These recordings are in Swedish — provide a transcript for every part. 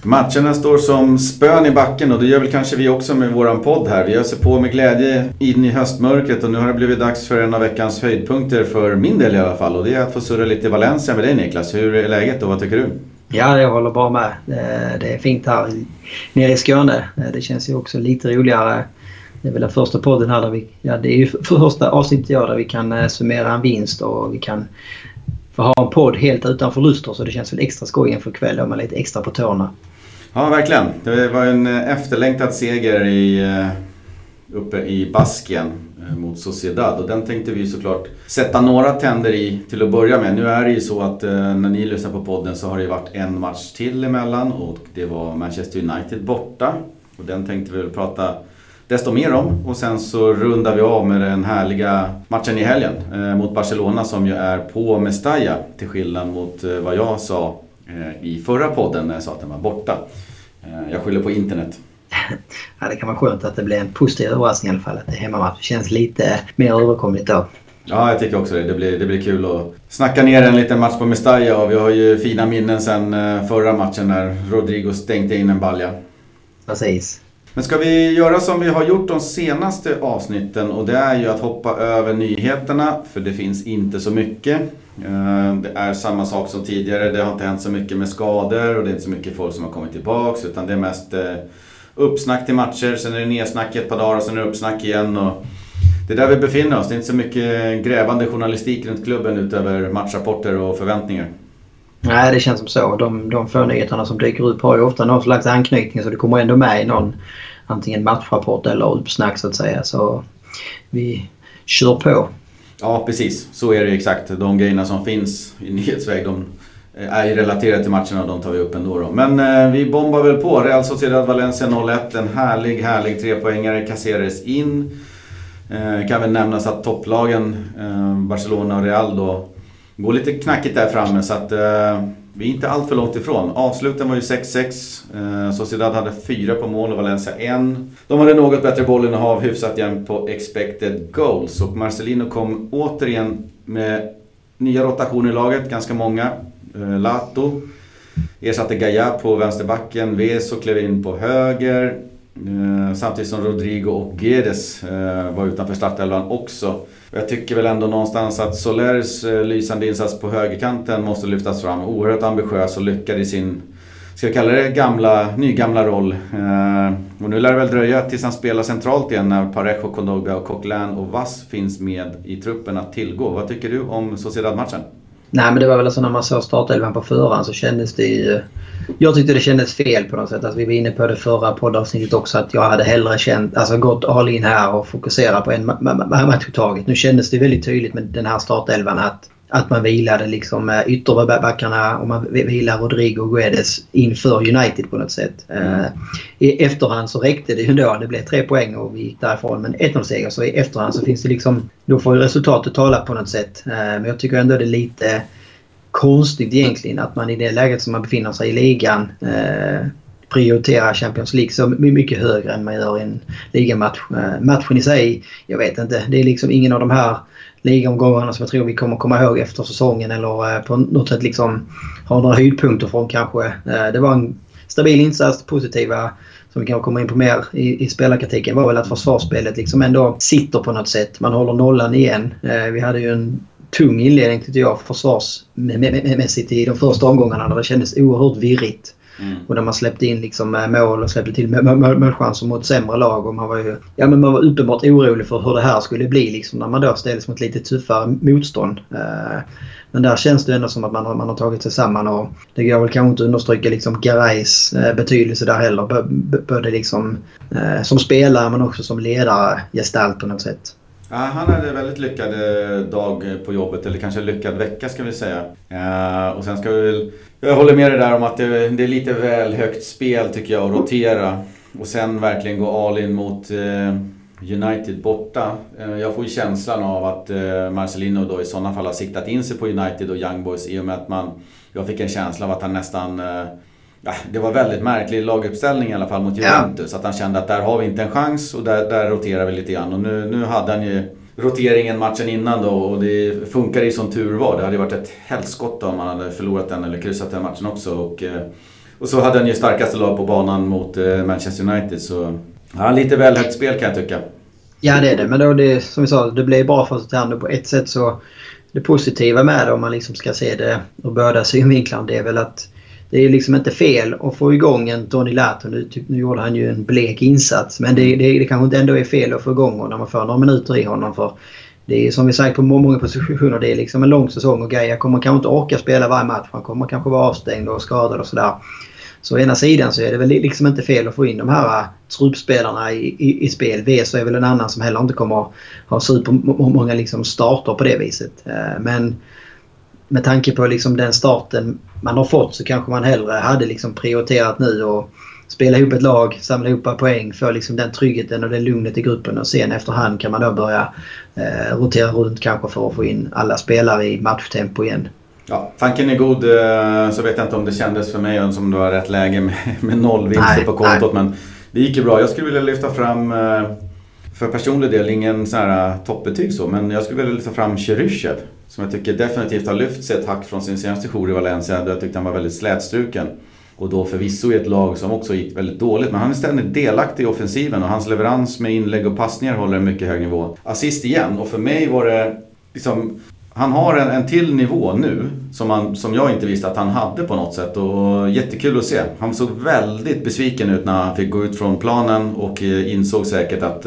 Matcherna står som spön i backen och det gör väl kanske vi också med våran podd här. Vi öser på med glädje in i höstmörkret och nu har det blivit dags för en av veckans höjdpunkter för min del i alla fall. Och det är att få surra lite i Valencia med dig, Niklas. Hur är läget och vad tycker du? Ja, jag håller bara med. Det är fint här nere i Skåne. Det känns ju också lite roligare. Det är väl den första podden här där det är ju första avsnittet där vi kan summera en vinst och vi kan få ha en podd helt utan förluster, så det känns väl extra skoj inför kväll och man lite extra på tårna. Ja, verkligen. Det var en efterlängtad seger uppe i Baskien mot Sociedad och den tänkte vi såklart sätta några tänder i till att börja med. Nu är det ju så att när ni lyssnar på podden så har det varit en match till emellan och det var Manchester United borta och den tänkte vi väl prata desto mer om och sen så rundar vi av med den härliga matchen i helgen mot Barcelona som ju är på Mestalla till skillnad mot vad jag sa i förra podden när jag sa att den var borta. Jag skyller på internet. Ja, det kan vara skönt att det blir en positiv överraskning i alla fall. Att det hemmamatch känns lite mer överkomligt då. Ja, jag tycker också det. Det blir kul att snacka ner en liten match på Mestalla och vi har ju fina minnen sen förra matchen när Rodrigo stängde in en balja. Precis. Men ska vi göra som vi har gjort de senaste avsnitten och det är ju att hoppa över nyheterna för det finns inte så mycket. Det är samma sak som tidigare, det har inte hänt så mycket med skador och det är inte så mycket folk som har kommit tillbaka utan det är mest uppsnack till matcher, sen är det nedsnack ett par dagar och sen är det uppsnack igen och det är där vi befinner oss. Det är inte så mycket grävande journalistik runt klubben utöver matchrapporter och förväntningar. Nej, det känns som så. De få nyheterna som dyker upp har ju ofta någon slags anknytning så det kommer ändå med i någon antingen matchrapport eller uppsnack så att säga. Så vi kör på. Ja, precis. Så är det exakt. De grejerna som finns i nyhetsväg, de är ju relaterade till matcherna och de tar vi upp ändå. Men vi bombar väl på. Real Sociedad Valencia 0-1. En härlig 3-poängare kasserades in. Kan väl nämnas att topplagen Barcelona och Real då går lite knackigt där framme så att vi är inte allt för långt ifrån. Avsluten var ju 6-6. Sociedad hade 4 på mål och Valencia 1. De hade något bättre bollen och har hyfsat jämnt på expected goals. Och Marcelino kom återigen med nya rotationer i laget, ganska många. Lato ersatte Gaia på vänsterbacken. Veso klev in på höger. Samtidigt som Rodrigo och Guedes var utanför startelvan också. Jag tycker väl ändå någonstans att Solers lysande insats på högerkanten måste lyftas fram. Oerhört ambitiös och lyckad i sin, ska vi kalla det, nygamla roll. Och nu lär det väl dröja tills han spelar centralt igen när Parejo, Kondogbia och Coquelin och Vass finns med i truppen att tillgå. Vad tycker du om Sociedad-matchen? Nej, men det var väl så när man såg startelvan på förhand så kändes det ju... Jag tyckte det kändes fel på något sätt. Alltså, vi var inne på det förra poddavsnittet också att jag hade hellre gått all in här och fokusera på en match i taget. Nu kändes det väldigt tydligt med den här startelvan att man vilade liksom ytterbackarna och man vilar Rodrigo och Guedes inför United på något sätt. I efterhand så räckte det ju ändå. Det blev 3 poäng och vi gick därifrån med en 1-0-seger. Så i efterhand så finns det liksom, då får ju resultatet tala på något sätt. Men jag tycker ändå det är lite konstigt egentligen att man i det läget som man befinner sig i ligan prioriterar Champions League så mycket högre än man gör i en ligamatch. Matchen i sig, jag vet inte. Det är liksom ingen av de här ligaomgångarna som jag tror vi kommer komma ihåg efter säsongen eller på något sätt liksom ha några höjdpunkter från kanske. Det var en stabil insats, positiva som vi kan komma in på mer i spelarkritiken var väl att försvarsspelet liksom ändå sitter på något sätt. Man håller nollan igen. Vi hade ju en tung inledning tyckte jag försvarsmässigt i de första omgångarna där det kändes oerhört virrigt. Och när man släppte in liksom mål och släppte till målchanser mot sämre lag och man var uppenbart orolig för hur det här skulle bli liksom när man då ställdes mot lite tuffare motstånd. Men där känns det ändå som att man har tagit sig samman och det går väl kanske inte understryka liksom Garais betydelse där heller. Både liksom som spelare men också som ledare gestalt på något sätt. Ja, han hade väldigt lyckad dag på jobbet, eller kanske lyckad vecka ska vi säga. Och sen ska vi väl... Jag håller med dig där om att det är lite väl högt spel tycker jag att rotera. Och sen verkligen gå all in mot United borta. Jag får ju känslan av att Marcelino då i sådana fall har siktat in sig på United och Young Boys i och med att jag fick en känsla av att han nästan... det var väldigt märklig laguppställning i alla fall mot Juventus. Att han kände att där har vi inte en chans och där roterar vi lite grann. Och nu hade han ju roteringen matchen innan då och det funkar i som tur var. Det hade varit ett helskott om man hade förlorat den eller kryssat den matchen också. Och Och så hade han ju starkaste lag på banan mot Manchester United. Så ja, lite väl högt spel kan jag tycka. Ja, det är det. Men då det, som vi sa, det blev bra för oss på ett sätt. Så det positiva med det, om man liksom ska se det ur båda synvinklarna, det är väl att det är liksom inte fel att få igång en Tony Lato. Nu gjorde han ju en blek insats. Men det kanske inte ändå är fel att få igång honom när man får några minuter i honom. För det är som vi sagt på många positioner, det är liksom en lång säsong och Gaia kommer kanske inte orka spela varje match. Han kommer kanske vara avstängd och skadad och sådär. Så å ena sidan så är det väl liksom inte fel att få in de här truppspelarna i spel. VS är väl en annan som heller inte kommer ha supermånga liksom starter på det viset. Men med tanke på liksom den starten man har fått så kanske man hellre hade liksom prioriterat nu och spela ihop ett lag, samla ihop poäng för liksom den tryggheten och det lugnet i gruppen. Och sen efterhand kan man då börja rotera runt kanske för att få in alla spelare i matchtempo igen. Ja, tanken är god, så vet jag inte om det kändes för mig som det var rätt läge med 0 vinster på kontot. Men det gick ju bra. Jag skulle vilja lyfta fram, för personlig del, ingen sån här toppbetyg så, men jag skulle vilja lyfta fram Cheryshev som jag tycker definitivt har lyft sig ett hack från sin senaste jour i Valencia. Där jag tyckte han var väldigt slätstruken. Och då förvisso i ett lag som också gick väldigt dåligt. Men han är ständigt delaktig i offensiven och hans leverans med inlägg och passningar håller en mycket hög nivå. Assist igen, och för mig var det liksom... Han har en till nivå nu som jag inte visste att han hade på något sätt, och jättekul att se. Han såg väldigt besviken ut när han fick gå ut från planen och insåg säkert att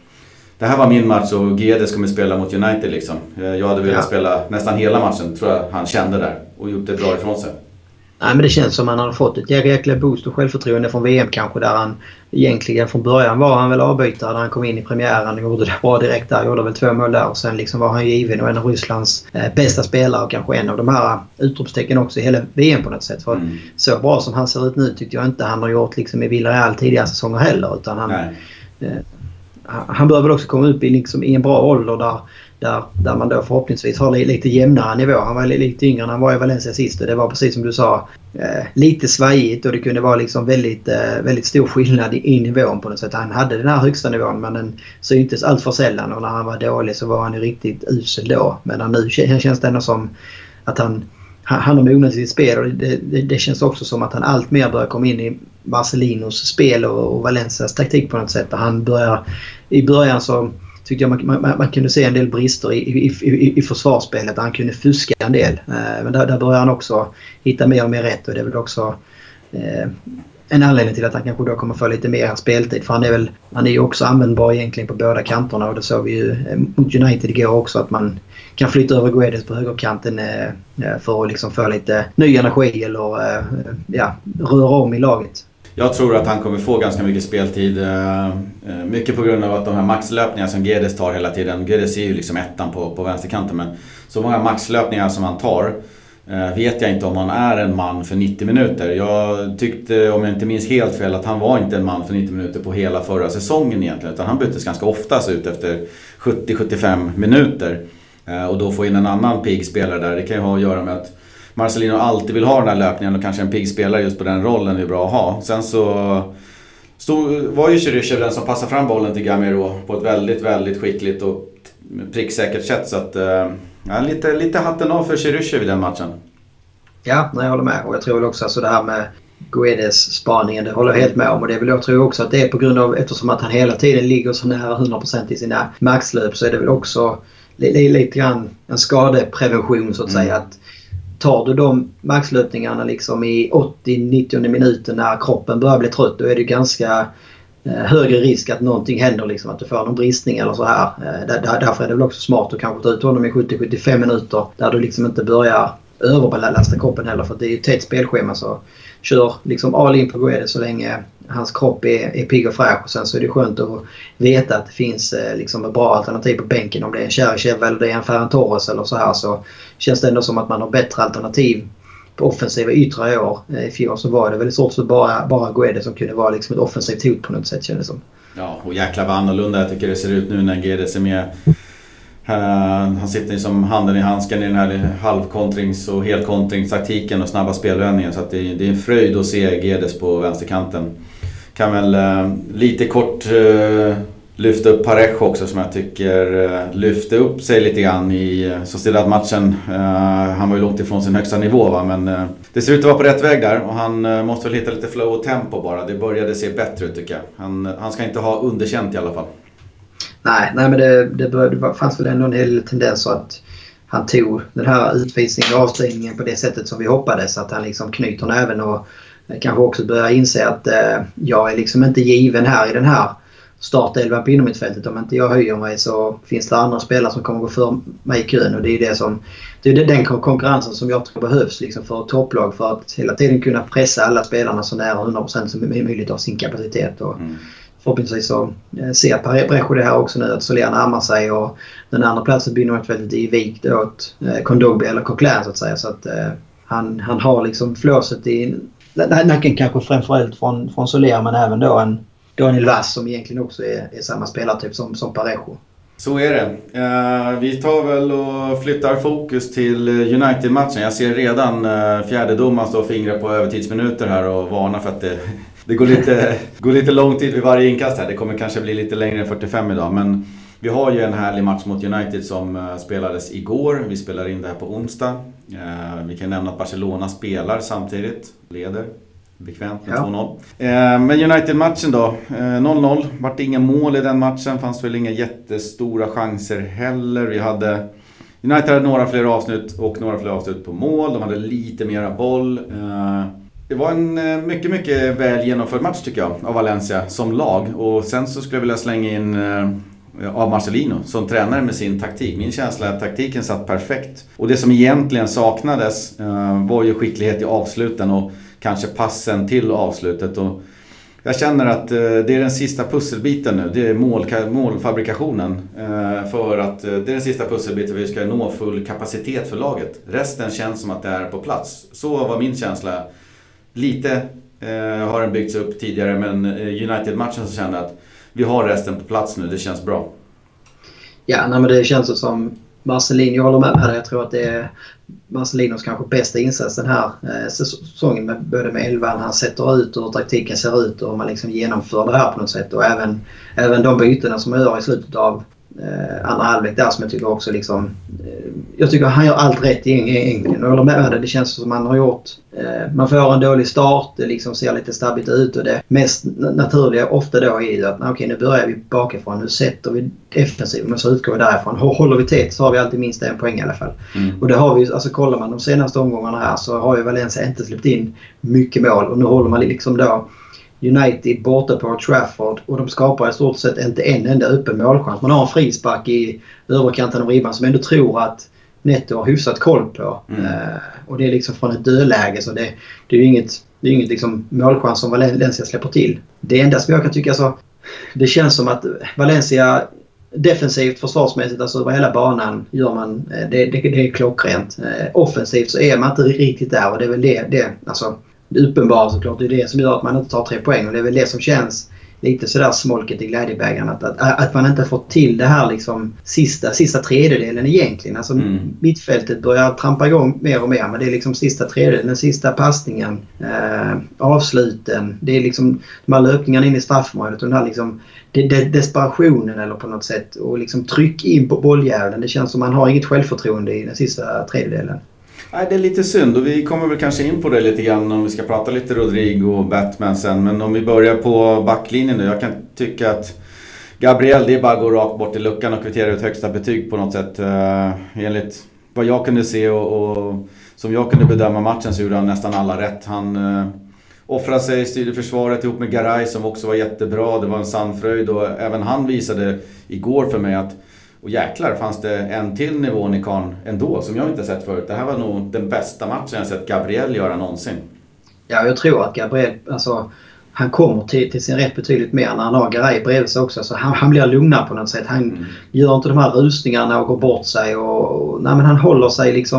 det här var min match och Guedes kommer spela mot United liksom. Jag hade velat spela nästan hela matchen, tror jag han kände där, och gjort det bra ifrån sig. Nej, men det känns som att han har fått ett jäkla boost och självförtroende från VM kanske, där han egentligen från början var han väl avbytare när han kom in i premiären och gjorde det bra direkt där, gjorde väl 2 mål där, och sen liksom var han given och en av Rysslands bästa spelare och kanske en av de här utropstecken också i hela VM på något sätt. För så bra som han ser ut nu tyckte jag inte han har gjort liksom i Villarreal tidigare säsonger heller, utan han bör väl också komma upp i en bra ålder där man då förhoppningsvis har lite jämnare nivå. Han var lite yngre när han var i Valencia sist, och det var precis som du sa, lite svajigt, och det kunde vara liksom väldigt stor skillnad i nivån på något sätt. Han hade den här högsta nivån, men den syntes allt för sällan, och när han var dålig så var han ju riktigt usel då. Men nu känns det ändå som att han har mognat i sitt spel, och det känns också som att han allt mer börjar komma in i Marcelinos spel och Valencias taktik på något sätt. Han börjar, i början så tyckte jag man kunde se en del brister i försvarsspelet, där han kunde fuska en del. Men där börjar han också hitta mer och mer rätt, och det är väl också en anledning till att han kanske då kommer få lite mer speltid. För han är ju också användbar egentligen på båda kanterna, och det såg vi ju mot United igår också, att man kan flytta över Guedes på högerkanten för att liksom få lite ny energi eller röra om i laget. Jag tror att han kommer få ganska mycket speltid. Mycket på grund av att de här maxlöpningar som Guedes tar hela tiden. Guedes är ju liksom ettan på vänsterkanten, men så många maxlöpningar som han tar vet jag inte om han är en man för 90 minuter. Jag tyckte, om jag inte minns helt fel, att han var inte en man för 90 minuter på hela förra säsongen egentligen. Utan han byttes ganska ofta ut efter 70-75 minuter. Och då få in en annan pigg spelare där. Det kan ju ha att göra med att Marcelino alltid vill ha den här löpningen, och kanske en pigg spelare just på den rollen är bra att ha. Sen så var ju Cheryshev den som passade fram bollen till Gamero på ett väldigt, väldigt skickligt och pricksäkert sätt. Så att lite hatten av för Cheryshev i den matchen. Ja, jag håller med. Och jag tror väl också alltså det här med Guedes spaningen, det håller jag helt med om. Och det är väl, jag tror också att det är på grund av, eftersom att han hela tiden ligger så nära 100% i sina maxlöp, så är det väl också lite grann en skadeprevention så att säga. Att tar du de maxlöpningarna liksom i 80-90 minuter när kroppen börjar bli trött, då är det ganska högre risk att någonting händer, liksom, att du får någon bristning eller så här. Därför är det väl också smart att kanske ta ut honom i 70-75 minuter där du liksom inte börjar överbelasta kroppen heller, för det är ju ett tätt spelschema, så kör liksom all in på Guedes så länge hans kropp är pigg och fräsch, och sen så är det skönt att veta att det finns liksom ett bra alternativ på bänken, om det är en Cheryshev eller det är en Ferran Torres eller så här, så känns det ändå som att man har bättre alternativ på offensiva yttre i år. I fjol så var det väldigt svårt, så bara Guedes som kunde vara liksom ett offensivt hot på något sätt, kändes som. Ja, och jäkla vad annorlunda jag tycker det ser ut nu när Guedes är med. Han sitter ju som handen i handsken i den här halvkontrings- och helkontringstaktiken och snabba spelvändningen, så att det är en fröjd att se Guedes på vänsterkanten. Kan väl lite kort lyfta upp Parejo också, som jag tycker lyfte upp sig lite grann i Sociedad-matchen. Han var ju långt ifrån sin högsta nivå, va? Men det ser ut att vara på rätt väg där, och han måste väl hitta lite flow och tempo bara. Det började se bättre ut, tycker jag. Han ska inte ha underkänt i alla fall. Nej, men det fanns väl ändå en hel tendens att han tog den här utvisningen och avstängningen på det sättet som vi hoppades, att han liksom knyter näven och kanske också börjar inse att jag är liksom inte given här i den här startelvan på inomhittfältet. Om inte jag höjer mig så finns det andra spelare som kommer gå för mig i kön, och det är den konkurrensen som jag tror behövs liksom för ett topplag, för att hela tiden kunna pressa alla spelarna så nära 100% som är möjligt av sin kapacitet. Och förhoppningsvis så ser Parejo det här också nu, att Soler närmar sig, och den andra platsen blir nog väldigt i vikt åt Kondogbia eller Coquelin, så att säga. Så att han har liksom flåset i nacken, kanske framförallt från Soler, men även då en Daniel Vaz som egentligen också är samma spelartyp som Parejo. Så är det. Vi tar väl och flyttar fokus till United-matchen. Jag ser redan fjärdedomaren stå och fingrar på övertidsminuter här och varnar för att det går lite lång tid vid varje inkast här. Det kommer kanske bli lite längre än 45 idag, men vi har ju en härlig match mot United som spelades igår. Vi spelar in det här på onsdag. Vi kan nämna att Barcelona spelar samtidigt, leder bekvämt med 2-0. Men United-matchen då, 0-0. Vart inga mål i den matchen, fanns väl inga jättestora chanser heller. United hade några fler avslut och några fler avslut på mål. De hade lite mera boll. Det var en mycket, mycket väl genomförd match, tycker jag, av Valencia som lag. Och sen så skulle jag vilja slänga in av Marcelino som tränare med sin taktik. Min känsla är att taktiken satt perfekt. Och det som egentligen saknades var ju skicklighet i avsluten och kanske passen till avslutet. Och jag känner att det är den sista pusselbiten nu. Det är målfabrikationen. För att det är den sista pusselbiten vi ska nå full kapacitet för laget. Resten känns som att det är på plats. Så var min känsla. Lite har den byggts upp tidigare, men United-matchen så kände jag att vi har resten på plats nu. Det känns bra. Ja, men det känns som Marcelino, jag håller med här. Jag tror att det är Marcelinos kanske bästa insats den här säsongen, med både med elvan han sätter ut och hur taktiken ser ut och man liksom genomför det här på något sätt. Och även de bytena som man gör i slutet av andra halvlek där, som jag tycker också liksom, jag tycker han gör allt rätt egentligen. Och det känns som man har gjort, man får en dålig start, det liksom ser lite stabilt ut, och det mest naturliga ofta då är att okej, nu börjar vi bakifrån, nu sätter vi defensiven och så utgår vi därifrån. Håller vi tätt så har vi alltid minst en poäng i alla fall. Och det har vi, alltså kollar man de senaste omgångarna här så har ju Valencia inte släppt in mycket mål, och nu håller man liksom då United borta på Trafford, och de skapar i stort sett inte en enda öppen målchans. Man har en frispark i överkanten av ribban som ändå tror att Neto har hyfsat koll på. Och det är liksom från ett dödläge, så det är ju inget liksom målchans som Valencia släpper till. Det enda som jag kan tycka, så det känns som att Valencia defensivt, försvarsmässigt, alltså över hela banan gör man det är klockrent. Offensivt så är man inte riktigt där, och det är väl det alltså det uppenbara såklart, det är det som gör att man inte tar 3 poäng, och det är väl det som känns lite sådär smolket i glädjebägaren, att man inte fått till det här liksom sista tredjedelen egentligen. Alltså mittfältet börjar trampa igång mer och mer, men det är liksom sista tredjedelen, den sista passningen, avsluten, det är liksom de här löpningarna in i straffområdet och den här liksom desperationen eller på något sätt, och liksom tryck in på bolljäveln. Det känns som man har inget självförtroende i den sista tredjedelen. Nej, det är lite synd, och vi kommer väl kanske in på det lite grann om vi ska prata lite Rodrigo och Batman sen. Men om vi börjar på backlinjen nu, jag kan tycka att Gabriel, det är bara att gå rakt bort i luckan och kvittera ut högsta betyg på något sätt. Enligt vad jag kunde se och som jag kunde bedöma matchen så gjorde han nästan alla rätt. Han offrade sig, styrde försvaret ihop med Garay som också var jättebra. Det var en sann fröjd, och även han visade igår för mig att och jäklar, fanns det en till nivån i Kahn ändå som jag inte sett förut. Det här var nog den bästa matchen jag sett Gabriel göra någonsin. Ja, jag tror att Gabriel, alltså, han kommer till sin rätt betydligt mer när han har Garay bredvid sig också. Så han blir lugnare på något sätt. Han gör inte de här rusningarna och går bort sig. Nej, men han håller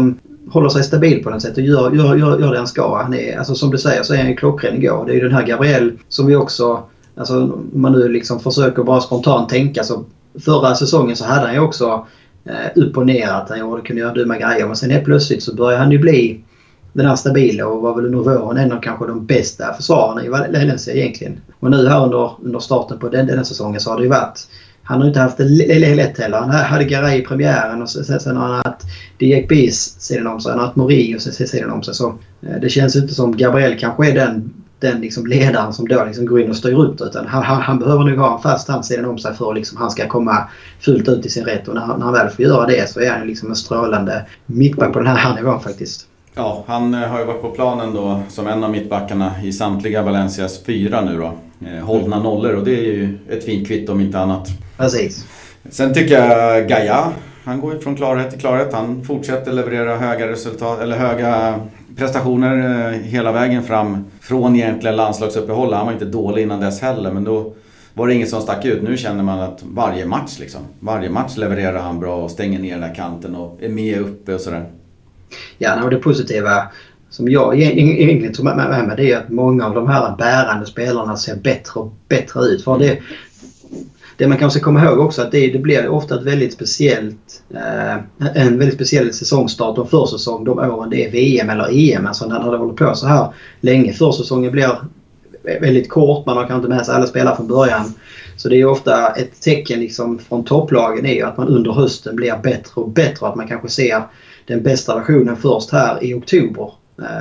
sig stabil på något sätt och gör det han ska. Han är, alltså, som du säger så är han klockren igår. Det är ju den här Gabriel som vi också, alltså, man nu liksom försöker bara spontant tänka så. Förra säsongen så hade han ju också upp och ner att han kunde göra dumma grejer. Men sen helt plötsligt så började han ju bli den här stabila och var väl under våren en av kanske de bästa försvararna i Valencia egentligen. Och nu här under starten på den säsongen så har det ju varit han har inte haft det lätt heller. Han hade Garay i premiären och sen har han haft Diek Bis sidan om sig. Han har haft Mori och sidan om sig. Så det känns inte som Gabriel kanske är den liksom ledaren som då liksom går in och styr upp det, utan han behöver nog ha en fast hand sidan om sig för liksom han ska komma fullt ut i sin rätt, och när han väl får göra det så är han liksom en strålande mittback på den här nivån faktiskt. Ja, han har ju varit på planen då som en av mittbackarna i samtliga Valencias 4 nu då. Hållna nollor, och det är ju ett fint kvitt om inte annat. Precis. Sen tycker jag Gaia, han går ju från klarhet till klarhet. Han fortsätter leverera höga resultat eller höga prestationer hela vägen fram från egentligen landslagsuppehåll. Han var inte dålig innan dess heller, men då var det inget som stack ut. Nu känner man att varje match levererar han bra och stänger ner den där kanten och är med uppe och sådär. Ja, och det positiva som jag egentligen tror med mig, det är att många av de här bärande spelarna ser bättre och bättre ut. För det man kanske kommer ihåg också, att det blir ofta ett väldigt speciellt en väldigt speciell säsongstart och försäsong de åren det är VM eller EM. Alltså när det håller på så här länge. Försäsongen blir väldigt kort, man kan inte med sig alla spelare från början. Så det är ofta ett tecken liksom från topplagen är att man under hösten blir bättre och bättre. Att man kanske ser den bästa versionen först här i oktober.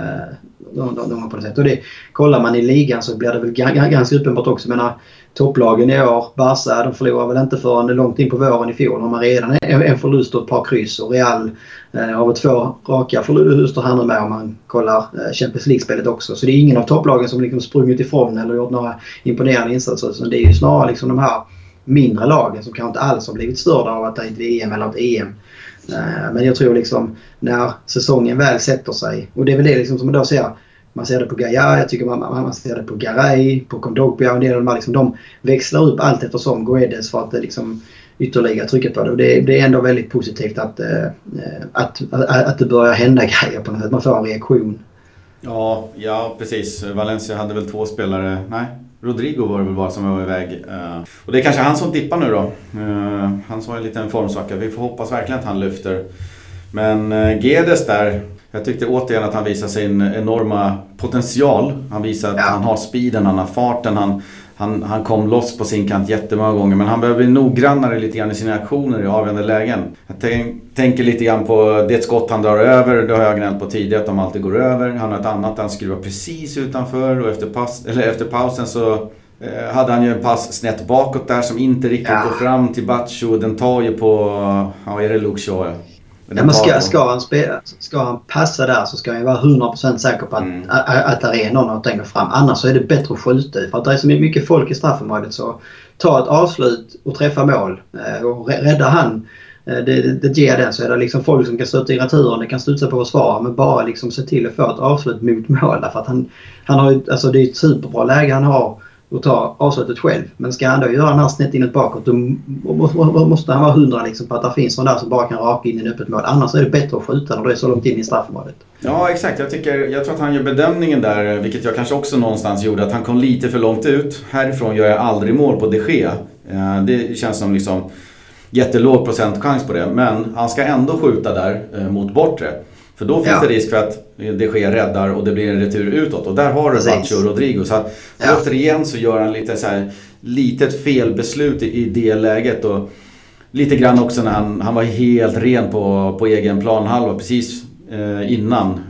På det sättet. Och det, kollar man i ligan så blir det väl ganska uppenbart också. Men topplagen i år, Barca, de förlorar väl inte förrän långt in på våren i fjol. Har man redan en förlust och ett par kryss, och Real har 2 raka förluster här med om man kollar Champions League-spelet också. Så det är ingen av topplagen som liksom sprungit ifrån eller gjort några imponerande insatser. Så det är ju snarare liksom de här mindre lagen som kanske inte alls har blivit störda av att det är ett VM eller ett EM. Men jag tror liksom när säsongen väl sätter sig, och det är väl det liksom som man då ser, man ser det på Gaia, jag tycker man ser det på Garay, på Kondogbia, och en del av de här liksom, de växlar upp allt eftersom Guedes för att det liksom ytterligare trycker på det, och det är ändå väldigt positivt att det börjar hända grejer på något sätt, man får en reaktion. Ja, precis. Valencia hade väl 2 spelare, Rodrigo var det väl bara som var iväg. Och det är kanske han som dippar nu då. Han sa en liten formsvacka. Vi får hoppas verkligen att han lyfter. Men Guedes där, jag tyckte återigen att han visar sin enorma potential. Han visar att han har speeden, han har farten. Han kom loss på sin kant jättemånga gånger. Men han behöver bli noggrannare lite grann i sina aktioner i avgörande lägen. Jag tänker lite grann på det skott han drar över. Det har jag gnällt på tidigare att de alltid går över. Han har ett annat där han skruvar precis utanför. Och efter pausen så hade han ju en pass snett bakåt där som inte riktigt går fram till Batshu. Den tar ju på, är det Luke Shaw? Ja, men ska han passa där så ska han vara 100% säker på att det är någon att tänka fram. Annars så är det bättre att skjuta. För att det är så mycket folk i straffområdet, så ta ett avslut och träffa mål. Och räddar han det ger den, så är det liksom folk som kan stötta i returen, det kan studsa på försvar, men bara liksom se till att få ett avslut mot mål. För att han har ju, alltså det är ett superbra läge han har och ta avslutet själv. Men ska han då göra den här snett inåt bakåt, då måste han vara 100 liksom på att det finns någon där som bara kan raka in i en öppet mål. Annars är det bättre att skjuta när det är så långt in i straffområdet. Ja, exakt. Jag tror att han gör bedömningen där, vilket jag kanske också någonstans gjorde, att han kom lite för långt ut. Härifrån gör jag aldrig mål på De Gea. Det känns som liksom jättelåg procentchans på det. Men han ska ändå skjuta där mot bortre. För då finns det risk för att det sker räddar och det blir en retur utåt. Och där har du Batshu och Rodrigo. Så att återigen så gör han lite så här litet felbeslut i det läget. Och lite grann också när han var helt ren på egen planhalva precis innan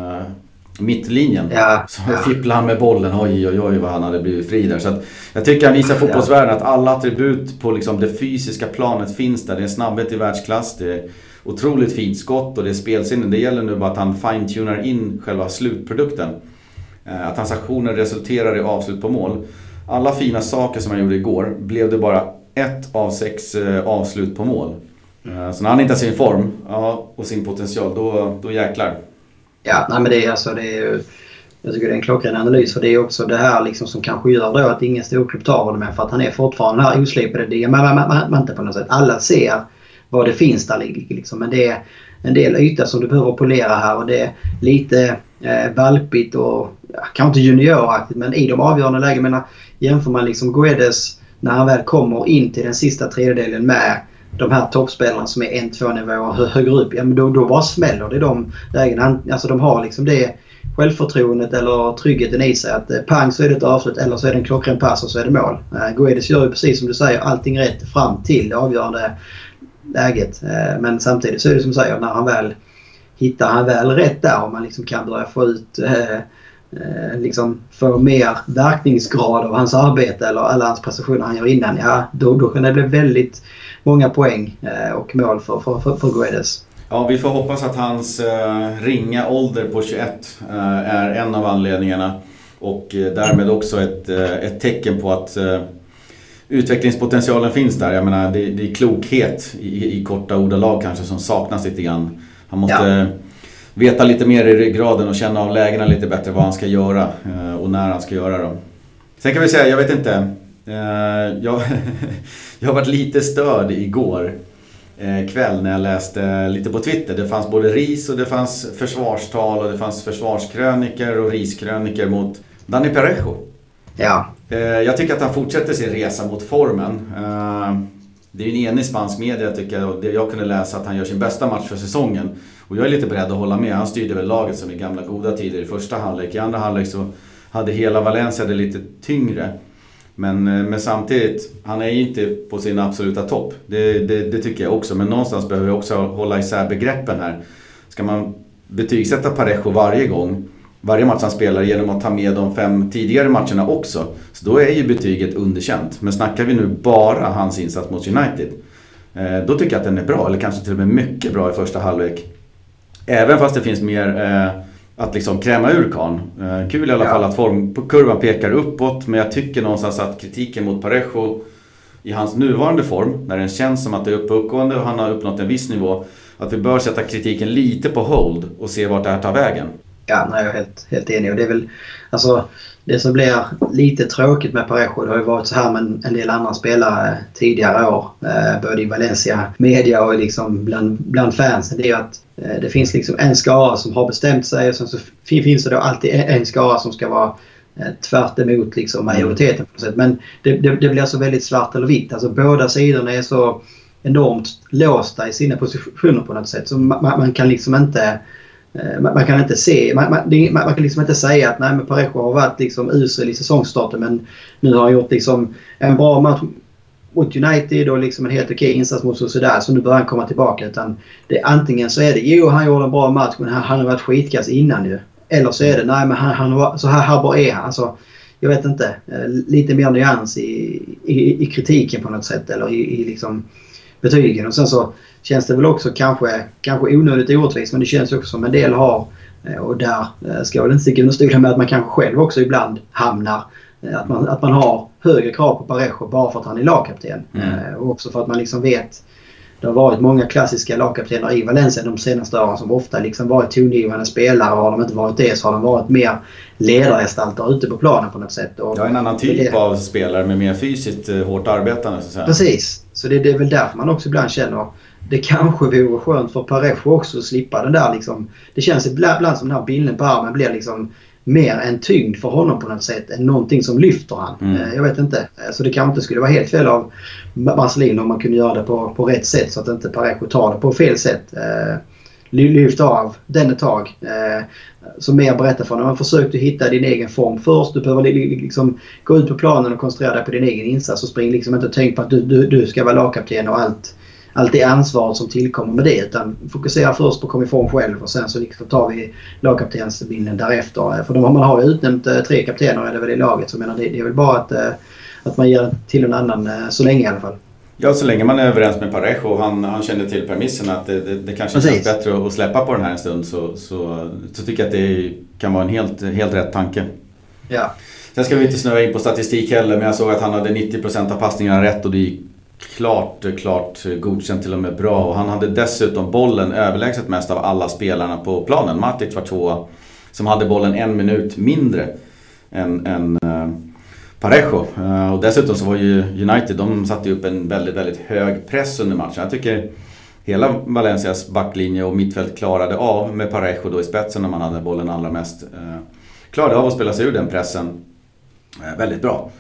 mittlinjen. Så fipplar han med bollen. Oj vad han hade blivit fri där. Så att jag tycker han visar fotbollsvärlden att alla attribut på liksom det fysiska planet finns där. Det är snabbhet i världsklass. Det är otroligt fint skott och det är spelsinne. Det gäller nu bara att han fine-tunar in själva slutprodukten. Att hans aktioner resulterar i avslut på mål. Alla fina saker som han gjorde igår blev det bara 1 av 6 avslut på mål. Så när han inte har sin form och sin potential, då jäklar. Ja, nej, men det är ju, jag tycker det är en klockren analys, för det är också det här liksom som kanske gör då att ingen storklubb tar honom med, för att han är fortfarande här oslipade diamanter på något sätt. Alla ser vad det finns där liksom, men det är en del yta som du behöver polera här, och det är lite valpigt och kanske inte junioraktigt, men i de avgörande lägen, men jämför man liksom Guedes när han väl kommer in till den sista tredjedelen med de här toppspelarna som är 1-2 nivåer högre upp, ja, men då bara smäller det de lägena. Alltså de har liksom självförtroendet eller tryggheten i sig. Att pang så är det ett avslut eller så är det en klockren pass och så är det mål. Guedes gör ju precis som du säger allting rätt fram till det avgörande läget. Men samtidigt så är det som du säger, när han väl hittar rätt där och man liksom kan börja få ut liksom få mer verkningsgrad av hans arbete eller alla hans prestationer han gör innan, då kan det bli väldigt många poäng och mål för Guedes. Ja, vi får hoppas att hans ringa ålder på 21 är en av anledningarna och därmed också ett tecken på att utvecklingspotentialen finns där. Jag menar, det är klokhet i korta ordalag kanske som saknas lite grann. Han måste veta lite mer i ryggraden och känna av lägena lite bättre vad han ska göra och när han ska göra dem. Sen kan vi säga, jag vet inte, jag har varit lite störd igår kväll när jag läste lite på Twitter. Det fanns både ris och det fanns försvarstal och det fanns försvarskröniker och riskröniker mot Dani Parejo. Ja. Jag tycker att han fortsätter sin resa mot formen. Det är ju en enig spansk media tycker jag, och det jag kunde läsa att han gör sin bästa match för säsongen. Och jag är lite beredd att hålla med. Han styrde väl laget som i gamla goda tider i första halvlek. I andra halvlek så hade hela Valencia det lite tyngre. Men samtidigt, han är inte på sin absoluta topp. Det tycker jag också. Men någonstans behöver vi också hålla isär begreppen här. Ska man betygsätta Parejo varje match han spelar genom att ta med de 5 tidigare matcherna också, så då är ju betyget underkänt. Men snackar vi nu bara hans insats mot United, då tycker jag att den är bra, eller kanske till och med mycket bra i första halvlek. Även fast det finns mer att liksom kräma ur kan. Kul i alla fall att formkurvan pekar uppåt, men jag tycker någonstans att kritiken mot Parejo i hans nuvarande form, när den känns som att det är uppåtgående och han har uppnått en viss nivå, att vi bör sätta kritiken lite på hold och se vart det här tar vägen. Ja, jag är helt enig. Och det är väl, alltså, det som blir lite tråkigt med Parejo, det har ju varit så här med en del andra spelare tidigare år, både i Valencia media och liksom bland fansen, det är att det finns liksom en skara som har bestämt sig och sen så finns det då alltid en skara som ska vara tvärt emot liksom majoriteten på något sätt. Men det blir så väldigt svart eller vitt. Alltså båda sidorna är så enormt låsta i sina positioner på något sätt, så man kan liksom inte man kan inte se, man kan liksom inte säga att nej, men Parejo har varit liksom usel i säsongstarten, men nu har han gjort liksom en bra match mot United och liksom en helt okej insats mot Sociedad, så nu börjar han komma tillbaka. Utan det, antingen så är det han gjorde en bra match men han har varit skitkass innan ju, eller så är det nej men han var så här bara är han. Alltså, jag vet inte, lite mer nyans i kritiken på något sätt, eller i liksom betygen. Och sen så känns det väl också kanske onödigt orättvist, men det känns också som en del har, och där ska jag väl inte sticka under stolen med att man kanske själv också ibland hamnar, att man har högre krav på Parejo bara för att han är lagkapten. Och också för att man liksom vet, det har varit många klassiska lagkaptener i Valencia de senaste åren som ofta liksom varit tongivande spelare, och har de inte varit det så har de varit mer ledargestalter ute på planen på något sätt. Och en annan typ av spelare med mer fysiskt hårt arbetande så att säga. Precis, så det är väl därför man också ibland känner det kanske vore skönt för Parejo också att slippa den där liksom, det känns ibland som den här bilden på armen blir liksom mer en tyngd för honom på något sätt än någonting som lyfter han. Jag vet inte. Så det kanske inte skulle vara helt fel av Marcelino om man kunde göra det på rätt sätt, så att inte Parejo tar det på fel sätt. Lyft av den ett tag. Som mer berättar för honom. Försök du hitta din egen form först. Du behöver liksom gå ut på planen och koncentrera dig på din egen insats, och spring liksom inte och tänk på att du ska vara lagkapten och allt det ansvaret som tillkommer med det, utan fokusera först på att komma i form själv, och sen så liksom tar vi lagkaptensbilden därefter. För man har ju utnämnt 3 kaptener är det väl i laget, så menar det är väl bara att man ger till en annan så länge i alla fall. Ja, så länge man är överens med Parejo, han känner till premissen att det kanske känns bättre att släppa på den här en stund, så tycker jag att det kan vara en helt rätt tanke. Ja. Sen ska vi inte snöa in på statistik heller, men jag såg att han hade 90% av passningarna rätt, och det gick klart godkänt, till och med bra. Och han hade dessutom bollen överlägset mest av alla spelarna på planen. Matic var 2 som hade bollen 1 minut mindre än Parejo. Och dessutom så var ju United, de satte upp en väldigt, väldigt hög press under matchen. Jag tycker hela Valencias backlinje och mittfält klarade av, med Parejo då i spetsen när man hade bollen allra mest, klarade av att spela sig ur den pressen väldigt bra.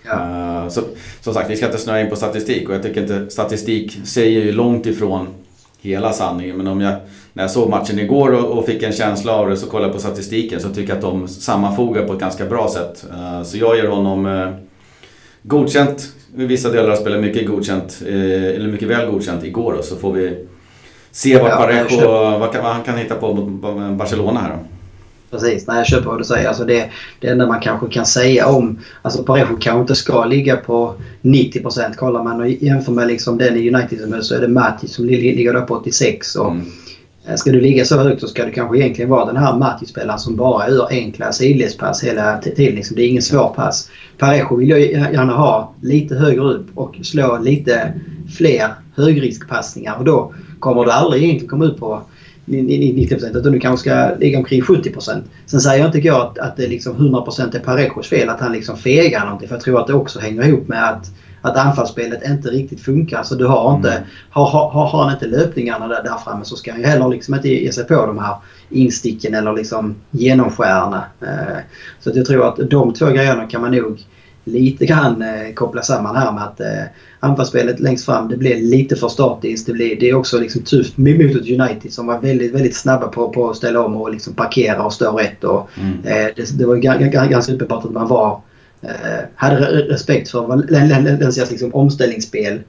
Ja. Så som sagt, vi ska inte snöa in på statistik, och jag tycker inte statistik säger ju långt ifrån hela sanningen. Men när jag såg matchen igår och fick en känsla av det, så kollade jag på statistiken, så tycker jag att de sammanfogar på ett ganska bra sätt. Så jag ger honom godkänt. I vissa delar spelar mycket godkänt, eller mycket väl godkänt igår då, så får vi se vad Parejo, vad han kan hitta på mot Barcelona här då. Precis, jag köper vad du säger. Alltså det enda man kanske kan säga om... Alltså Parejo kanske inte ska ligga på 90%. Kollar man och jämför med liksom den i United, så är det Matic som ligger där på 86. Och ska du ligga så högt, så ska det kanske egentligen vara den här Matic-spelaren som bara gör enkla sidledspass hela tiden. Liksom, det är ingen svår pass. Parejo vill jag gärna ha lite högre upp och slå lite fler högriskpassningar. Och då kommer du aldrig egentligen komma ut på 90%, utan du kanske ska ligga omkring 70%. Sen säger jag inte att det liksom 100% är Parejos fel att han liksom fegar någonting, för jag tror att det också hänger ihop med att anfallsspelet inte riktigt funkar. Så du har inte har han inte löpningarna där framme, så ska han ju heller liksom inte ge sig på de här insticken eller liksom genomskärarna. Så att jag tror att de två grejerna kan man nog lite grann koppla samman här med att anfallsspelet längst fram, det blir lite för statiskt. Det är också liksom tufft mot United som var väldigt, väldigt snabba på att ställa om och liksom parkera och stå rätt. Och, det var ganska uppenbart att man hade respekt för Valencias liksom omställningsspel.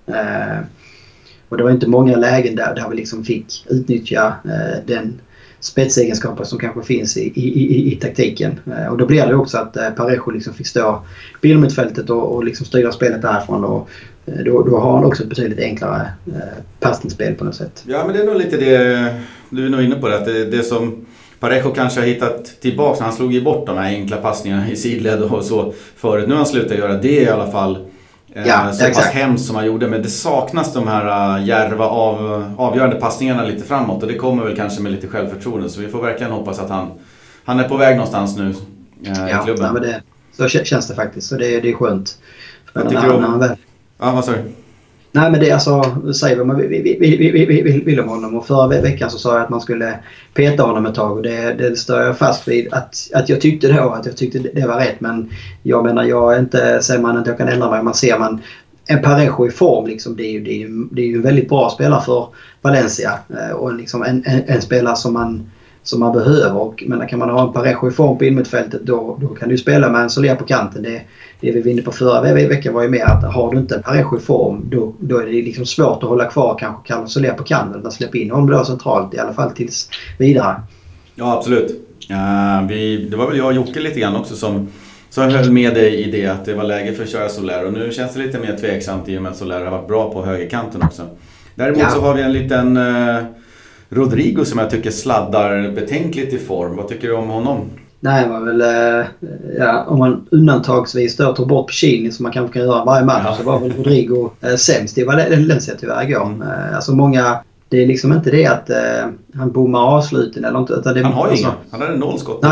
Och det var inte många lägen där vi liksom fick utnyttja den spetsegenskaper som kanske finns i taktiken. Och då blir det också att Parejo liksom fick stå bilmittfältet och liksom styra spelet därifrån, och då har han också ett betydligt enklare passningsspel på något sätt. Ja, men det är nog lite det du är nog inne på, det, att det som Parejo kanske har hittat tillbaka. Han slog ju bort de här enkla passningarna i sidled och så förut. Nu har han slutat göra det i alla fall. Så pass hemskt som han gjorde, men det saknas de här djärva avgörande passningarna lite framåt, och det kommer väl kanske med lite självförtroende, så vi får verkligen hoppas att han är på väg någonstans nu i klubben. Ja, men så känns det faktiskt, så det är skönt. Vad tycker du om? Ja, vad sa du? Nej, men det är alltså, säger vad man vill om honom, och förra veckan så sa jag att man skulle peta honom ett tag, och det står jag fast vid att jag tyckte det var rätt, men jag menar, säger man inte jag kan ändra mig. Man ser en Parejo i form liksom, det är ju en väldigt bra spelare för Valencia, och liksom en spelare som man behöver. Men kan man ha en Parejo i form på innermittfältet, då kan du spela med en Soler på kanten. Det vi vinner på förra veckan var ju mer att har du inte en Parejo i form, då är det liksom svårt att hålla kvar kanske Soler på kanten, utan släppa in honom då centralt, i alla fall tills vidare. Ja, absolut. Det var väl jag och Jocke lite grann också som höll med dig i det, att det var läge för att köra Soler, och nu känns det lite mer tveksamt i och med att Soler har varit bra på högerkanten också. Däremot så har vi en liten Rodrigo som jag tycker sladdar betänkligt i form. Vad tycker du om honom? Nej, man väl, om man undantagsvis då tar bort Piccini, som man kanske kan göra varje match, så var väl Rodrigo sämst i Valencia tyvärr igår. Alltså många, det är liksom inte det att han bommar avsluten eller inte. Utan det, han har ju inga, han hade 0 skott.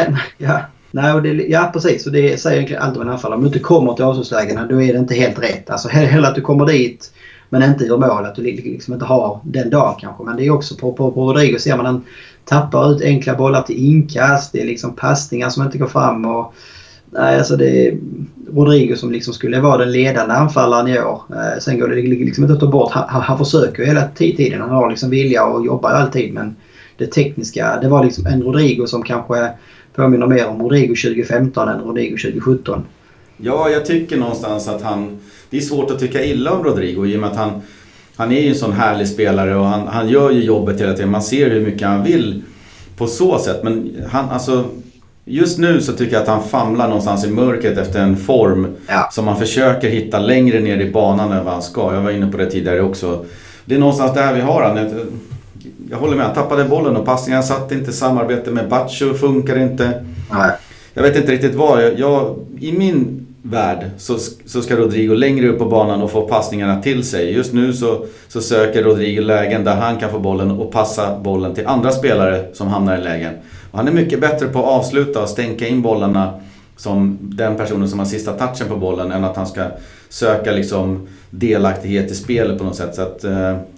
Nej, precis. Och det säger egentligen allt om en anfallare. Om du inte kommer till avslutslägena, då är det inte helt rätt. Alltså hellre att du kommer dit men inte gör mål, att du liksom inte har den dagen kanske. Men det är också på Rodrigo ser man, han tappar ut enkla bollar till inkast. Det är liksom passningar som inte går fram. Och, nej, alltså det är Rodrigo som liksom skulle vara den ledande anfallaren i år. Sen går det liksom inte att ta bort. Han försöker hela tiden. Han har liksom vilja och jobbar alltid. Men det tekniska, det var liksom en Rodrigo som kanske påminner mer om Rodrigo 2015 än Rodrigo 2017. Ja, jag tycker någonstans att det är svårt att tycka illa om Rodrigo i och med att han är ju en sån härlig spelare, och han gör ju jobbet hela tiden. Man ser hur mycket han vill på så sätt. Men just nu så tycker jag att han famlar någonstans i mörkret efter en form som man försöker hitta längre ner i banan än vad han ska. Jag var inne på det tidigare också. Det är någonstans där vi har han. Jag håller med, han tappade bollen och passningen satt inte, samarbete med Baccio funkar inte. Nej. Jag vet inte riktigt vad. I min värld så ska Rodrigo längre upp på banan och få passningarna till sig. Just nu så söker Rodrigo lägen där han kan få bollen och passa bollen till andra spelare som hamnar i lägen. Och han är mycket bättre på att avsluta och stänka in bollarna som den personen som har sista touchen på bollen, än att han ska söka liksom delaktighet i spelet på något sätt. Så att,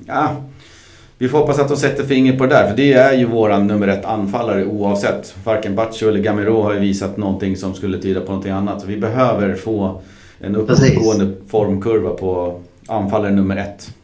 vi får hoppas att de sätter finger på det där, för det är ju våran nummer 1 anfallare oavsett. Varken Baccio eller Gamero har ju visat någonting som skulle tyda på någonting annat. Så vi behöver få en uppåtgående formkurva på anfallare nummer 1.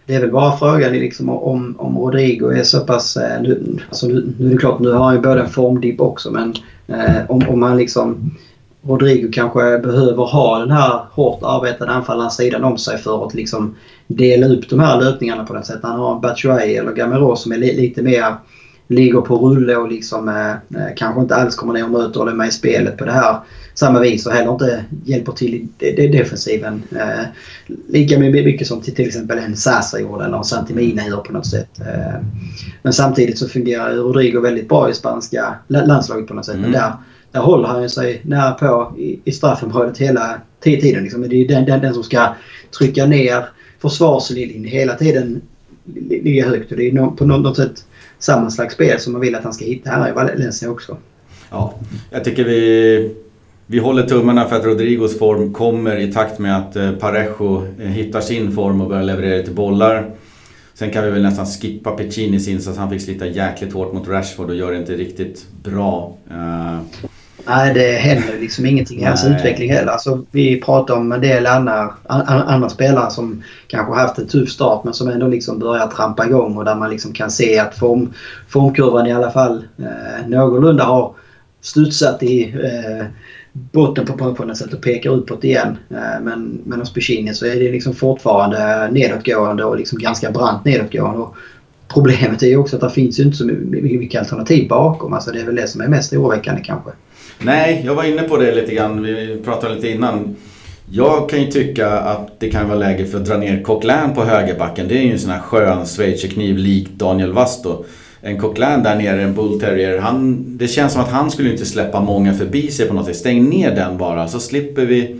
Det är väl bara frågan liksom om Rodrigo är så pass... Nu är det klart, nu har han ju både en formdipp också, men om man liksom... Rodrigo kanske behöver ha den här hårt arbetade anfallaren sidan om sig för att liksom dela upp de här löpningarna på något sätt. Han har en Batshuayi eller Gamero som är lite mer ligger på rulle och liksom kanske inte alls kommer ner och möter eller med i spelet på det här samma vis och heller inte hjälper till i defensiven lika mycket som till exempel en Sasa gjorde eller en Santimina gör på något sätt. Men samtidigt så fungerar Rodrigo väldigt bra i spanska landslaget på något sätt. Men där håller han sig nära på i straffområdet hela tiden. Liksom. Det är den som ska trycka ner försvarslinjen hela tiden ligga högt. Och det är på något sätt samma slags spel som man vill att han ska hitta här i Valencia också. Ja, jag tycker vi håller tummarna för att Rodrigos form kommer i takt med att Parejo hittar sin form och börjar leverera till bollar. Sen kan vi väl nästan skippa Peccinis insats. Han fick slita jäkligt hårt mot Rashford och gör det inte riktigt bra. Nej, det händer liksom ingenting i hans utveckling heller. Alltså, vi pratar om en del andra spelare som kanske har haft en tuff start men som ändå liksom börjar trampa igång och där man liksom kan se att formkurvan i alla fall någorlunda har studsat i botten på något sätt och pekar uppåt igen. Men hos Pecini så är det liksom fortfarande nedåtgående och liksom ganska brant nedåtgående. Och problemet är ju också att det finns ju inte så mycket alternativ bakom. Alltså det är väl det som är mest oroväckande kanske. Nej, jag var inne på det lite grann. Vi pratade lite innan. Jag kan ju tycka att det kan vara läge för att dra ner Coquelin på högerbacken. Det är ju en sån här skön schweizerkniv lik Daniel Vasto. En Coquelin där nere, en Bull Terrier. Det känns som att han skulle inte släppa många förbi sig på något sätt. Stäng ner den bara så slipper vi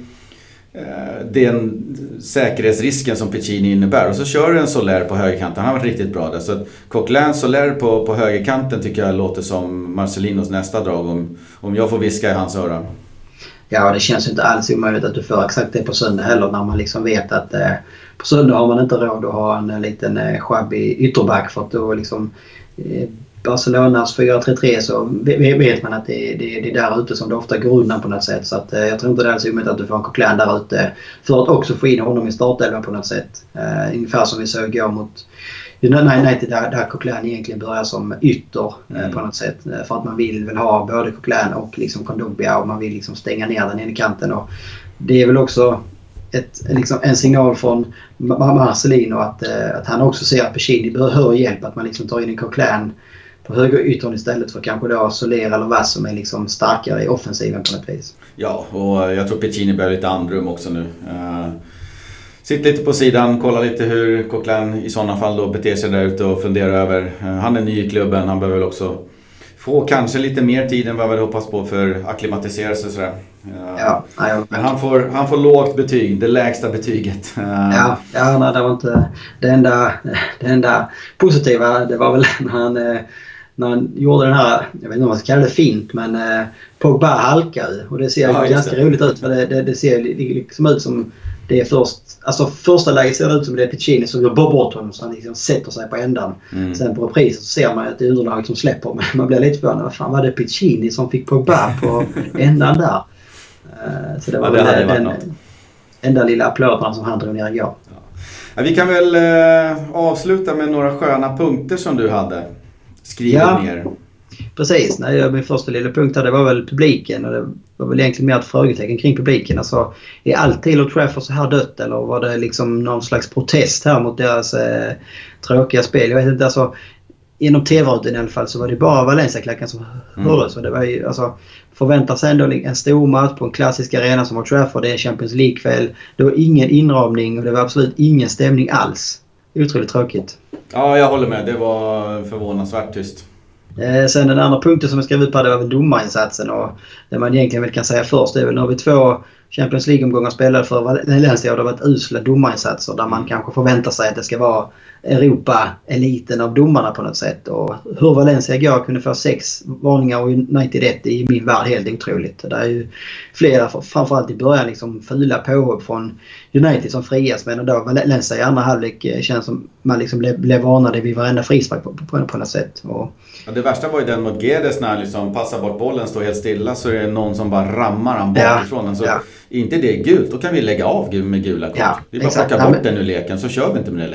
den säkerhetsrisken som Pecini innebär. Och så kör du en Soler på högerkanten. Han har varit riktigt bra där. Så att Coquelin Soler på högerkanten tycker jag låter som Marcelinos nästa drag. Om jag får viska i hans öron. Ja, det känns ju inte alls omöjligt att du får exakt det på söndag heller när man liksom vet att på söndag har man inte råd att ha en liten sjabbig ytterback för att då liksom Barcelonas 4-3-3 så vet man att det är där ute som det ofta går undan på något sätt. Så att, jag tror inte det är alls omöjligt att du får en Coquelin där ute för att också få in honom i startelvan på något sätt. Ungefär som vi såg igår mot United där Coquelin egentligen börjar som ytter på något sätt. För att man vill väl ha både Coquelin och liksom Kondogbia och man vill liksom stänga ner den ena kanten. Och det är väl också liksom en signal från Marcelino att han också ser att Pecini behöver hjälp. Att man liksom tar in en Coquelin på högeryttern istället för kanske då Soler eller Vass som är liksom starkare i offensiven på något vis. Ja, och jag tror Pecini behöver lite andrum också nu. Sitt lite på sidan, kolla lite hur Coquelin i sådana fall då beter sig där ute och fundera över. Han är ny i klubben, han behöver också få kanske lite mer tid än vad vi hoppas på för att akklimatisera sig sådär. Men han får lågt betyg, det lägsta betyget. Nej, det var inte det enda positiva. Det var väl när han gjorde den här, jag vet inte om man ska kalla det fint, men Pogba halkar och det ser ganska roligt ut för det ser liksom ut som det är första läget ser det ut som det är Pecini som gör bort honom så han liksom sätter sig på ändan. Sen på reprisen så ser man att det är underlaget som släpper men man blir lite förvånad. Vad fan var det Pecini som fick Pogba på ändan där? Så det var den enda lilla applåden som han drog ner igår. Ja, vi kan väl avsluta med några sköna punkter som du hade skrivit ner. Precis, min första lilla punkt här, det var väl publiken och det var väl egentligen mer ett frågetecken kring publiken. Alltså, är alltid Old Trafford så här dött eller var det liksom någon slags protest här mot deras tråkiga spel? Jag vet inte, alltså inom tv-rutan i alla fall så var det bara Valencia-klacken som hördes. Så det var ju, alltså, förväntar sig ändå en stor match på en klassisk arena som Old Trafford, det är en Champions League-kväll. Det var ingen inramning och det var absolut ingen stämning alls. Otroligt tråkigt. Ja, jag håller med. Det var förvånansvärt tyst. Sen den andra punkten som jag skrev ut på det var väl domarinsatsen och det man egentligen väl kan säga först det är väl när vi 2 Champions League-omgångar spelade för Valencia och det har varit usla domarinsatser där man kanske förväntar sig att det ska vara Europa-eliten av domarna på något sätt. Och hur Valencia igår kunde få 6 varningar och United 1 i min värld helt otroligt. Det är ju flera, framförallt i början, liksom fula påhopp från United som frias. Men då Valencia i andra halvlek känns som man liksom blev varnade vid varenda frispark på något sätt. Och ja, det värsta var ju den mot Guedes när han liksom passar bort bollen, står helt stilla så är det någon som bara rammar han bakifrån den. Så inte det är gult, då kan vi lägga av med gula kort. Vi bara plockar bort den ur leken så kör vi inte med det längre.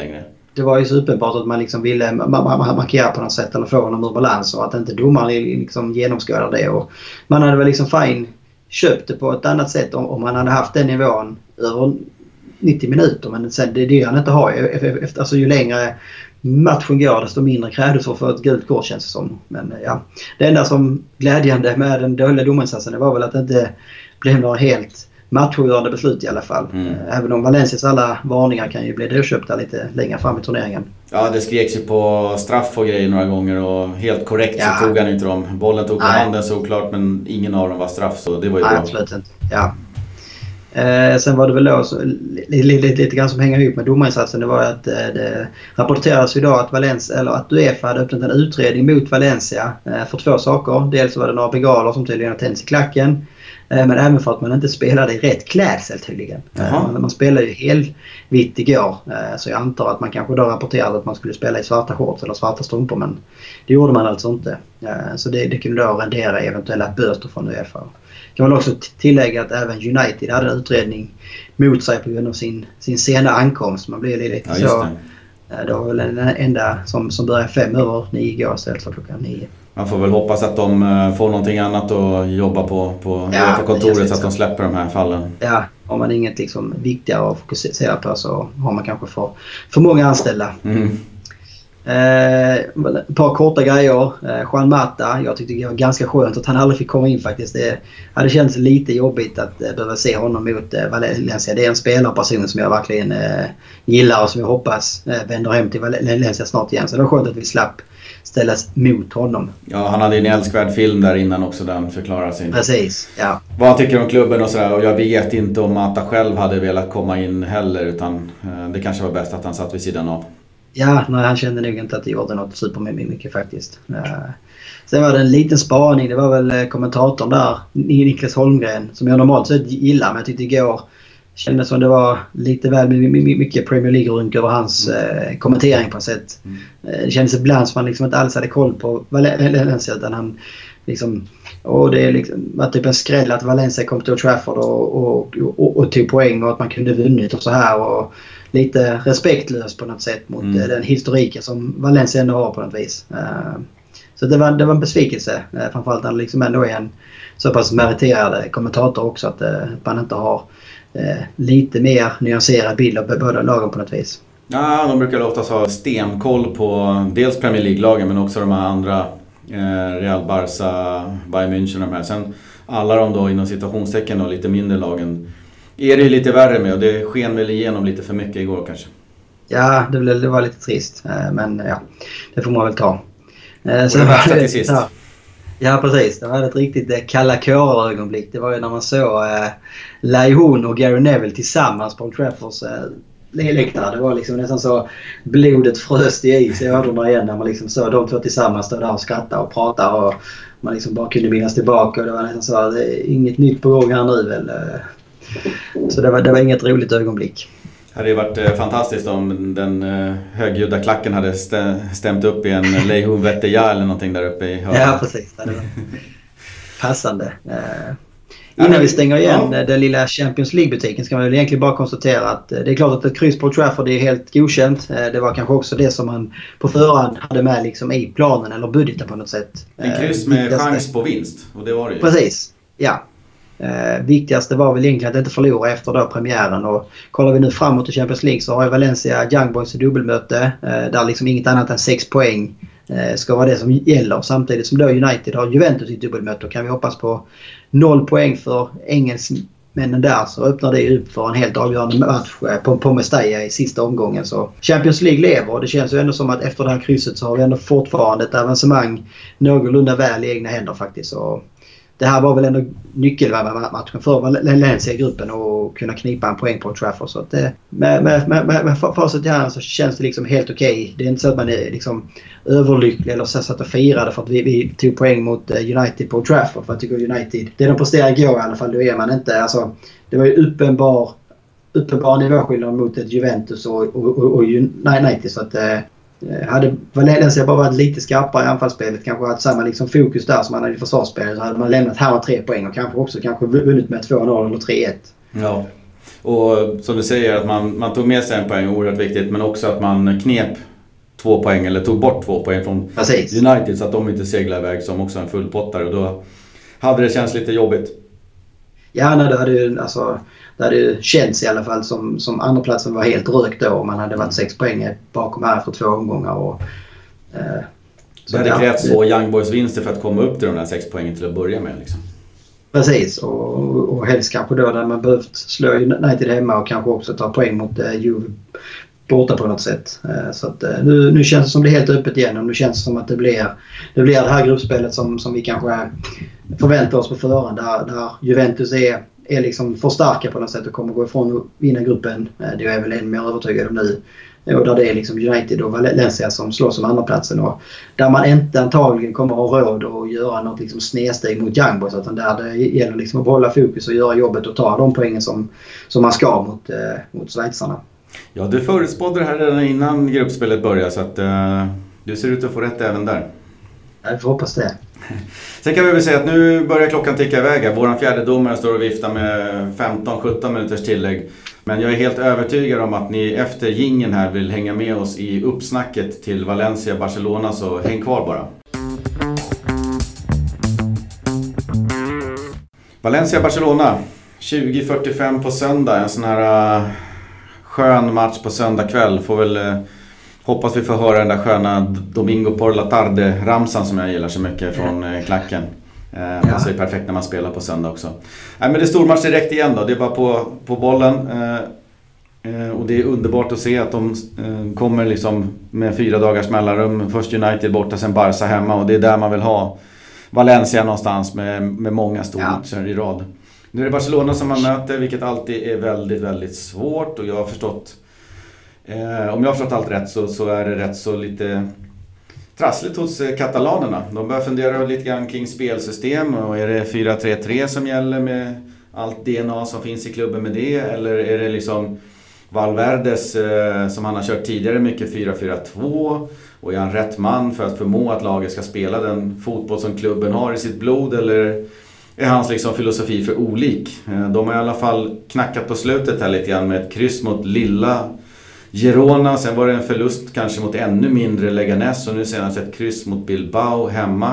det var ju så uppenbart att man liksom ville markera på något sätt eller få honom ur balans och att inte domaren liksom genomskådar det. Och man hade väl liksom fine köpt det på ett annat sätt om man hade haft den nivån över 90 minuter. Men sen, det är det han inte har. Alltså, ju längre matchen går desto mindre krävdes för att få ett gult kort, känns det som. Men ja, det enda som glädjande med den dåliga domarinsatsen var väl att det inte blev några helt matchavgörande beslut i alla fall. Även om Valencias alla varningar kan ju bli dyrköpta lite längre fram i turneringen. Ja, det skreks ju på straff och grejer några gånger och helt korrekt så tog han inte dem. Bollen tog på handen såklart, men ingen av dem var straff, så det var ju bra. Absolut inte. Ja. Sen var det väl då så, lite grann som hänger ihop med domarinsatsen. Det var att det rapporterades idag att UEFA hade öppnat en utredning mot Valencia för 2 saker. Dels var det några begaler som tydligen har tänts i klacken, men även för att man inte spelade i rätt klädsel tydligen. Man spelade ju helvitt igår, så jag antar att man kanske då rapporterade att man skulle spela i svarta shorts eller svarta strumpor, men det gjorde man alltså inte. Så det kunde då rendera eventuella böter från UEFA. Jag kan väl också tillägga att även United hade en utredning mot sig på grund av sin sena ankomst. Man blev lite så. Det var väl den enda som började 5:09 igår istället för klockan 9. Man får väl hoppas att de får någonting annat att jobba på kontoret så att de släpper de här fallen. Ja, har man inget liksom viktigare att fokusera på så har man kanske för många anställda. Ett par korta grejer. Juan Mata, jag tyckte det var ganska skönt att han aldrig fick komma in faktiskt. Det hade känts lite jobbigt att behöva se honom mot Valencia. Det är en spelarperson som jag verkligen gillar och som jag hoppas vänder hem till Valencia snart igen. Så det var skönt att vi slapp ställas mot honom. Ja, han hade ju en älskvärd film där innan också där han förklarar sin... Precis, ja. Vad han tycker om klubben och sådär. Och jag vet inte om Mata själv hade velat komma in heller, utan det kanske var bäst att han satt vid sidan av. Ja, nej, han kände nog inte att det gjorde något supermycket faktiskt. Sen var det en liten spaning. Det var väl kommentatorn där, Niklas Holmgren, som jag normalt sett gillar. Men jag tyckte igår kändes som det var lite väl mycket Premier League-runk över hans kommentering på ett sätt. Det kändes ibland som han liksom inte alls hade koll på Valencia, utan han liksom... Och det liksom, var typ en skräll att Valencia kom till Old Trafford och tog poäng och att man kunde vunnit och så här. Och lite respektlös på något sätt mot den historiken som Valencia ändå har på något vis. Så det var en besvikelse. Framförallt när det liksom ändå är en så pass meriterad kommentator också, att man inte har lite mer nyanserad bild av båda lagen på något vis. Ja, de brukar oftast ha stenkoll på dels Premier League-lagen men också de här andra Real, Barca, Bayern München och de här. Sen alla de då inom citationstecken och lite mindre lagen är det ju lite värre med, och det sken väl igenom lite för mycket igår kanske. Ja, det var lite trist, men ja, det får man väl ta. Sen var det till sist. Ja, precis. Det var ett riktigt kalla kårar-ögonblick. Det var ju när man såg Laihun och Gary Neville tillsammans på Old Traffords läktare. Det var liksom nästan så blodet fröst i is i öronen igen när man liksom såg de två tillsammans stå där och skratta och prata, och man liksom bara kunde minnas tillbaka, och det var nästan så att det är inget nytt på gång här nu väl. Så det var inget roligt ögonblick. Det hade ju varit fantastiskt om den högljudda klacken hade stämt upp i en Leihun Vetteja eller någonting där uppe i hörnet. Ja, precis. Det var passande. Innan vi stänger igen den lilla Champions League-butiken ska man väl egentligen bara konstatera att det är klart att ett kryss på Old Trafford är helt godkänt. Det var kanske också det som man på förhand hade med liksom i planen eller budgeten på något sätt. En kryss med chans på vinst, och det var det ju. Precis, ja. Viktigaste var väl egentligen att inte förlora efter då premiären, och kollar vi nu framåt i Champions League så har ju Valencia Young Boys i dubbelmöte där liksom inget annat än 6 poäng ska vara det som gäller, samtidigt som då United har Juventus i dubbelmöte, och kan vi hoppas på 0 poäng för engelsmännen där så öppnar det upp för en helt avgörande match på Mestalla i sista omgången. Så Champions League lever, och det känns ju ändå som att efter det här krysset så har vi ändå fortfarande ett avancemang någorlunda väl i egna händer faktiskt. Så det här var väl ändå nyckelmatchen för Valencia i gruppen och kunna knipa en poäng på Old Trafford. Så att med facit i hand så känns det liksom helt okej. Det är inte så att man är liksom överlycklig eller så att firade för att vi tog poäng mot United på Old Trafford. För jag tycker United, det de presterade igår i alla fall, då är man inte... Alltså, det var ju uppenbar nivåskillnad mot ett Juventus och United, så att... Hade Valencia bara varit lite skarpare i anfallsspelet, kanske haft samma liksom fokus där som man hade i försvarsspelet, så hade man lämnat här med 3 poäng och kanske vunnit med 2-0 eller 3-1. Ja. Och som du säger, att man tog med sig en poäng, oerhört viktigt, men också att man knep 2 poäng eller tog bort 2 poäng från United så att de inte seglar iväg som också en fullpottare, och då hade det känts lite jobbigt. Ja, det hade ju känts i alla fall som andra platsen var helt rökt då. Man hade varit 6 poäng bakom här för 2 omgångar. Och, det hade krävts 2 Young Boys vinster för att komma upp till de där 6 poängen till att börja med. Liksom. Precis, och helst kanske då där man behövt slå United hemma och kanske också ta poäng mot Juve borta på något sätt. Så att, nu känns det som det är helt öppet igen, och nu känns det som att det blir det här gruppspelet som vi kanske förväntar oss på förhand, där Juventus är liksom för starka på något sätt och kommer gå ifrån och vinna gruppen. Det är jag väl än mer övertygad om nu. Och där det är liksom United och Valencia som slåss om andra platsen, och där man inte antagligen kommer ha råd att göra något liksom snedsteg mot Young Boys, utan där det gäller liksom att hålla fokus och göra jobbet och ta de poängen som man ska mot schweizarna. Ja, du förutspådde det här redan innan gruppspelet börjar, så att du ser ut att få rätt även där. Jag får hoppas det. Sen kan vi väl säga att nu börjar klockan ticka iväg. Våran fjärde domare står och viftar med 15-17 minuters tillägg. Men jag är helt övertygad om att ni efter jingeln här vill hänga med oss i uppsnacket till Valencia-Barcelona, så häng kvar bara. Valencia-Barcelona 20:45 på söndag. En sån här skön match på söndag kväll. Får väl hoppas vi får höra den där sköna Domingo por la tarde-ramsan som jag gillar så mycket från klacken. Passar ju perfekt när man spelar på söndag också. Men det är stormatch direkt igen då. Det är bara på bollen. Och det är underbart att se att de kommer liksom med 4 dagars mellanrum. Först United borta, sen Barca hemma. Och det är där man vill ha Valencia någonstans med många stormatcher i rad. Nu är det Barcelona som man möter, vilket alltid är väldigt, väldigt svårt. Och jag har förstått, om jag har förstått allt rätt så är det rätt så lite trassligt hos katalanerna. De börjar fundera lite grann kring spelsystem, och är det 4-3-3 som gäller med allt DNA som finns i klubben med det, eller är det liksom Valverdes som han har kört tidigare mycket 4-4-2, och är han rätt man för att förmå att laget ska spela den fotboll som klubben har i sitt blod, eller är hans liksom filosofi för olik? De har i alla fall knackat på slutet här lite grann med ett kryss mot lilla Girona, sen var det en förlust kanske mot ännu mindre Leganés, och nu senast ett kryss mot Bilbao hemma.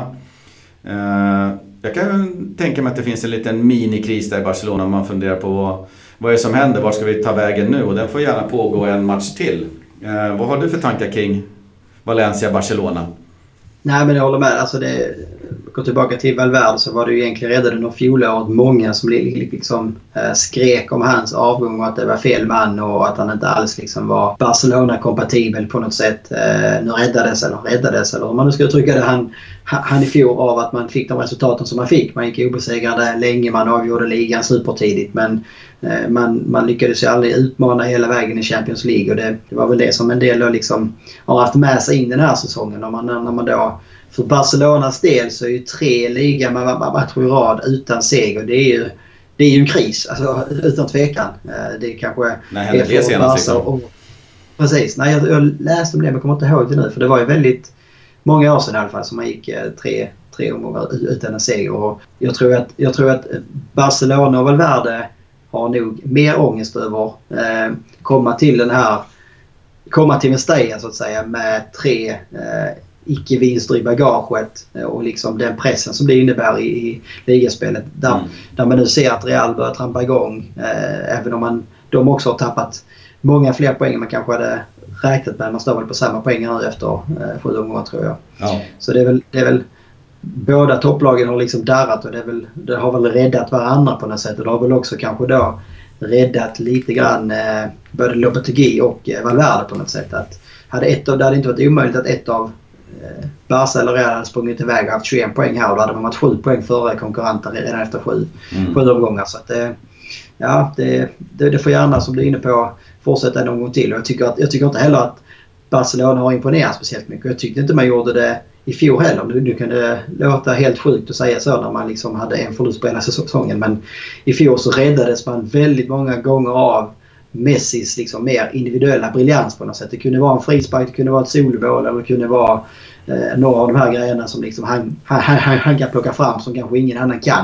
Jag kan tänka mig att det finns en liten minikris där i Barcelona om man funderar på vad är det som händer, var ska vi ta vägen nu, och den får gärna pågå en match till. Vad har du för tankar kring Valencia-Barcelona? Nej, men jag håller med. Alltså det går tillbaka till Valverde, så var det ju egentligen redan under fjolåret många som liksom skrek om hans avgång och att det var fel man och att han inte alls liksom var Barcelona-kompatibel på något sätt. Nu räddades eller om man nu ska uttrycka det, han i fjol av att man fick de resultaten som man fick. Man gick obesegrade länge, man avgjorde ligan supertidigt, men man lyckades ju aldrig utmana hela vägen i Champions League, och det var väl det som en del då liksom har haft med sig in den här säsongen. När man då, för Barcelonas del så är ju 3 ligamatcher i rad utan seger. Det är ju en kris, alltså, utan tvekan. Det är kanske är för Barca. Precis, nej, jag läste om det men kommer inte ihåg det nu, för det var ju väldigt många år sedan i alla fall som man gick tre omgångar utan en seger. Och jag tror att Barcelona och Valverde har nog mer ångest över komma till Mestalla så att säga med 3 icke-vinster i bagaget, och liksom den pressen som det innebär i ligaspelet där man nu ser att Real börjar trampa igång, även om de också har tappat många fler poäng än man kanske hade räknat med. Man står väl på samma poäng nu efter 7 omgångar tror jag. Ja. Så det är väl båda topplagen har liksom darrat, och det har väl räddat varandra på något sätt, och det har väl också kanske då räddat lite grann både Lopetegui och Valverde på något sätt. Att det hade inte varit omöjligt att ett av Barca eller Real hade sprungit iväg och haft 21 poäng här, och då hade man varit 7 poäng före konkurrenter redan efter 7 omgångar. Så att det får gärna, som du är inne på, fortsätta någon gång till. Och jag tycker inte heller att Barcelona har imponerat speciellt mycket. Jag tyckte inte man gjorde det i fjol heller. Nu kan det låta helt sjukt att säga så när man liksom hade en förlust på hela säsongen. Men i fjol så räddades man väldigt många gånger av Messis liksom mer individuella briljans på något sätt. Det kunde vara en frispark, det kunde vara ett solmål, eller det kunde vara några av de här grejerna som liksom han kan plocka fram som kanske ingen annan kan.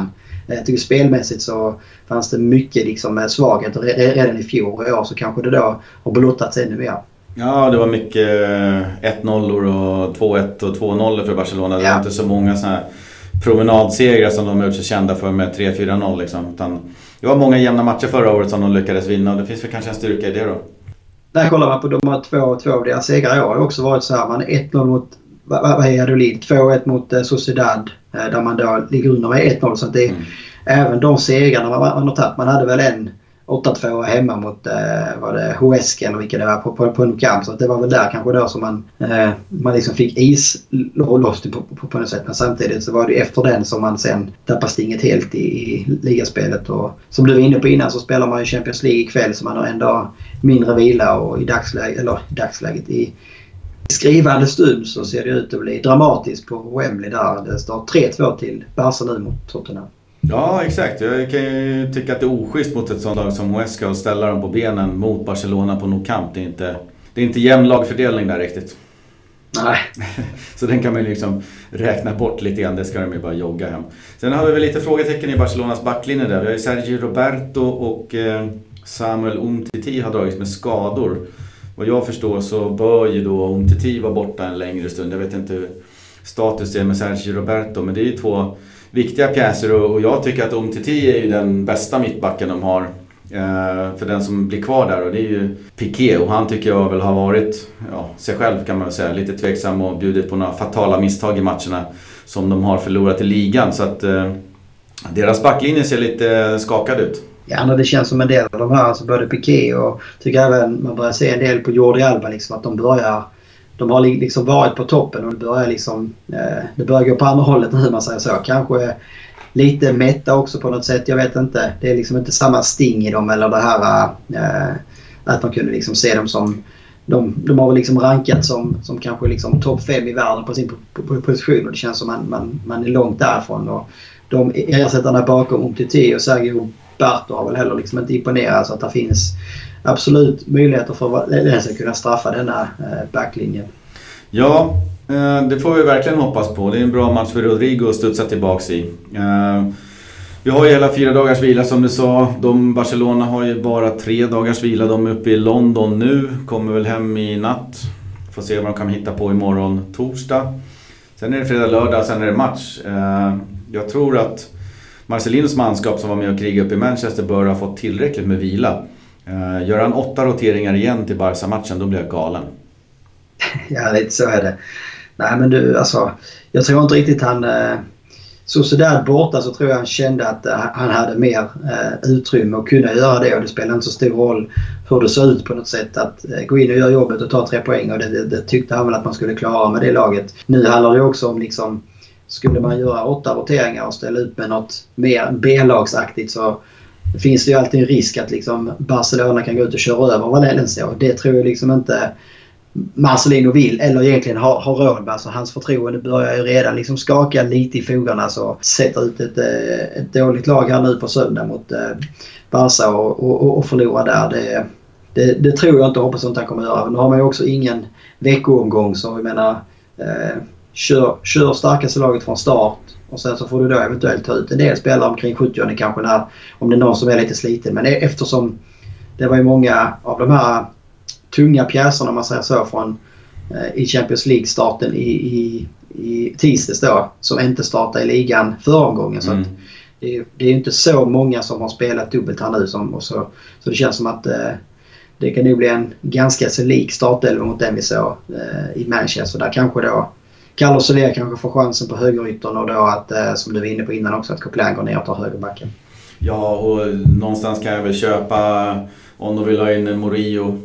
Jag tycker spelmässigt så fanns det mycket liksom svaghet redan i fjol, och i år så kanske det då har blottats ännu mer. Ja, det var mycket 1-0 och 2-1 och 2-0 för Barcelona. Det var inte så många såna här promenadsegrar som de har gjort sig kända för med 3-4-0 liksom. Utan det var många jämna matcher förra året som de lyckades vinna, och det finns väl kanske en styrka i det då. När kollar man på de här två av deras segrar i år har också varit så här, man 1-0 mot Valladolid, 2-1 mot Sociedad där man då ligger under med 1-0, så att det även de segrarna man har tagit, man hade väl en 8-2 hemma mot var det Huesca eller vilka det var på en kamp, så att det var väl där kanske då som man liksom fick islossning på något sätt, men samtidigt så var det efter den som man sen tappade stinget helt i ligaspelet, och som du var inne på innan så spelar man ju Champions League ikväll, så man har ändå mindre vila, och i dagsläget i skrivande stund så ser det ut att bli dramatiskt på Wembley där det står 3-2 till Barca nu mot Tottenham. Ja, exakt. Jag kan ju tycka att det är oschysst mot ett sånt lag som Huesca att ställa dem på benen mot Barcelona på Nou Camp. Det är inte jämn lagfördelning där riktigt. Nej. Så den kan man ju liksom räkna bort lite grann. Det ska de ju bara jogga hem. Sen har vi väl lite frågetecken i Barcelonas backlinje där. Vi har ju Sergi Roberto och Samuel Umtiti har dragits med skador. Vad jag förstår så bör ju då Umtiti vara borta en längre stund. Jag vet inte hur status är med Sergi Roberto, men det är ju två viktiga pjäser, och jag tycker att Umtiti är ju den bästa mittbacken de har för den som blir kvar där, och det är ju Piqué, och han tycker jag väl har varit sig själv kan man väl säga lite tveksam och bjudit på några fatala misstag i matcherna som de har förlorat i ligan, så att deras backlinje ser lite skakad ut. Ja, det känns som en del av de här, alltså både Piqué och tycker även man börjar se en del på Jordi Alba liksom, att de har liksom varit på toppen, och det börjar gå på andra hållet nu, man säger så. Kanske lite mätta också på något sätt, jag vet inte. Det är liksom inte samma sting i dem, eller det här att man kunde liksom se dem som de har väl liksom rankat som kanske liksom topp 5 i världen på sin position, och det känns som man är långt därifrån, och de ersättarna bakom Umtiti och Sergio Roberto har väl heller liksom inte imponerat, så att det finns absolut möjligheter för Valencia att kunna straffa denna backlinjen. Ja, det får vi verkligen hoppas på. Det är en bra match för Rodrigo att studsa tillbaks i. Vi har ju hela 4 dagars vila som du sa. Barcelona har ju bara 3 dagars vila. De är uppe i London nu. Kommer väl hem i natt. Får se vad de kan hitta på imorgon torsdag. Sen är det fredag, lördag, sen är det match. Jag tror att Marcelinos manskap som var med och krigade upp i Manchester bör ha fått tillräckligt med vila. Gör han 8 roteringar igen till Barca-matchen, då blir jag galen. Ja, lite så är det. Nej, men du, alltså, jag tror inte riktigt han... Sociedad borta så tror jag han kände att han hade mer utrymme att kunna göra det, och det spelar inte så stor roll hur det såg ut på något sätt att gå in och göra jobbet och ta 3 poäng, och det tyckte han väl att man skulle klara med det laget. Nu handlar det också om liksom, skulle man göra 8 roteringar och ställa ut med något mer B-lagsaktigt, så finns det ju alltid en risk att liksom Barcelona kan gå ut och köra över Valencia, och det tror jag liksom inte Marcelino vill eller egentligen har råd med. Alltså, hans förtroende börjar ju redan liksom skaka lite i fogarna, så sätter ut ett dåligt lag här nu på söndag mot Barca och förlora där. Det tror jag inte, hoppas att han kommer att göra. Men nu har man ju också ingen veckoomgång, så jag menar kör starkaste laget från start, och sen så får du då eventuellt ta ut en del spelare omkring 70 kanske om det är någon som är lite sliten. Men eftersom det var ju många av de här tunga pjäserna, man säger så, från i Champions League-starten i tisdags då, som inte startade i ligan förra omgången. Så att det är inte så många som har spelat dubbelt här nu, så det känns som att det kan nog bli en ganska så lik startelva mot den vi såg i Manchester. Där kanske då Carlos Soler kanske får chansen på högeryttern, och då att, som du var inne på innan också, att Coquelin går ner och tar högerbacken. Ja, och någonstans kan jag väl köpa om de vill ha in Murillo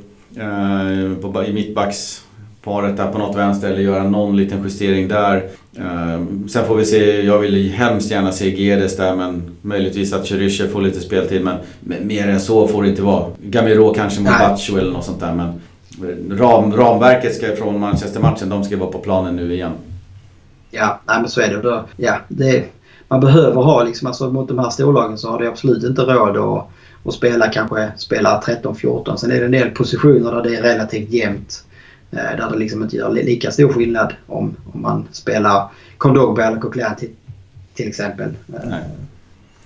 i mittbacksparet där på något vänster, eller göra någon liten justering där. Sen får vi se, jag vill hemskt gärna se Guedes där, men möjligtvis att Cheriche får lite speltid, men mer än så får det inte vara. Gamiro kanske mot Batshu eller något sånt där, men ramverket ska från Manchester-matchen, de ska vara på planen nu igen. Ja, nej, men så är det då. Ja, man behöver ha liksom, alltså, mot de här storlagen så har det absolut inte råd att spela 13-14. Sen är det en del positioner där det är relativt jämnt, där det liksom inte gör lika stor skillnad om man spelar Kondogbia eller Coquelin till exempel.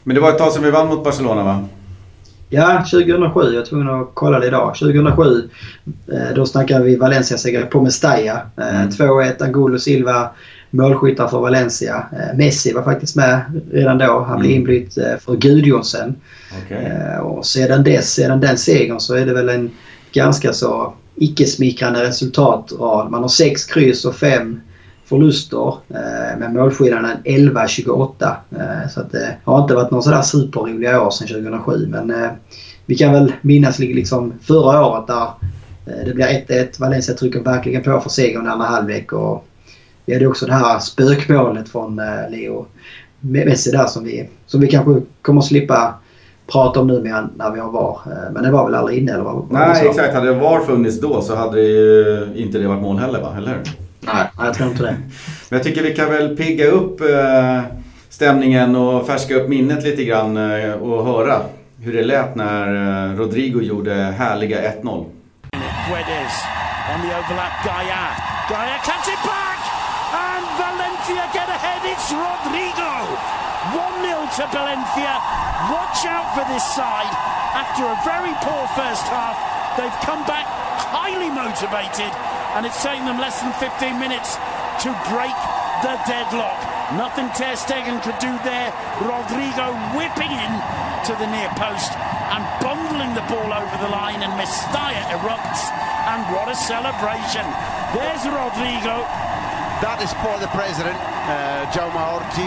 Men det var ett tag sedan vi vann mot Barcelona, va? Ja, 2007. Jag var tvungen att kolla det idag. 2007, då snackade vi Valencia-seger på Mestalla. 2-1, Angulo Silva, målskyttar för Valencia. Messi var faktiskt med redan då. Han blev inbytt för Gudjonsen. Okay. Och sedan den segern så är det väl en ganska så icke-smickrande resultatrad. Man har 6 kryss och 5 förluster med målskillnaden 11-28. Så att det har inte varit någon sådär superroliga år sedan 2007. Men vi kan väl minnas liksom förra året där det blir 1-1. Valencia trycker verkligen på för segern andra halvlek. Och vi hade också det här spökmålet från Leo Messi där som vi kanske kommer att slippa prata om nu med när vi har VAR. Men det var väl aldrig inne eller vad? Nej, exakt. Hade VAR funnits då så hade det ju inte det varit mål heller, va? Eller? Nej, jag tror inte det. Men jag tycker vi kan väl pigga upp stämningen och färska upp minnet lite grann och höra hur det lät när Rodrigo gjorde härliga 1-0. Guedes on the overlap, Gaia cuts it back and Valencia get ahead. It's Rodrigo. 1-0 to Valencia. Watch out for this side. After a very poor first half, they've come back highly motivated and it's taken them less than 15 minutes to break the deadlock. Nothing Ter Stegen could do there. Rodrigo whipping in to the near post and bundling the ball over the line, and Mestalla erupts, and what a celebration. There's Rodrigo. That is for the president. Jaume Orti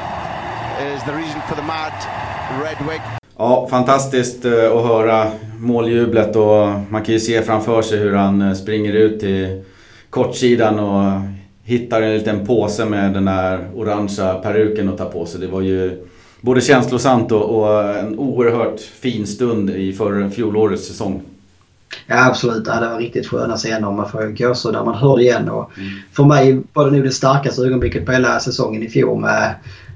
is the reason for the mad red wig. Ja, fantastiskt att höra måljublet, och man kan ju se framför sig hur han springer ut till kortsidan och hittar en liten påse med den här orangea peruken att ta på sig. Det var ju både känslosamt och en oerhört fin stund i fjolårets säsong. Ja, absolut. Det var riktigt sköna scener. Man får gå så där man hörde igen. Och för mig var det nog det starkaste ögonblicket på hela säsongen i fjol med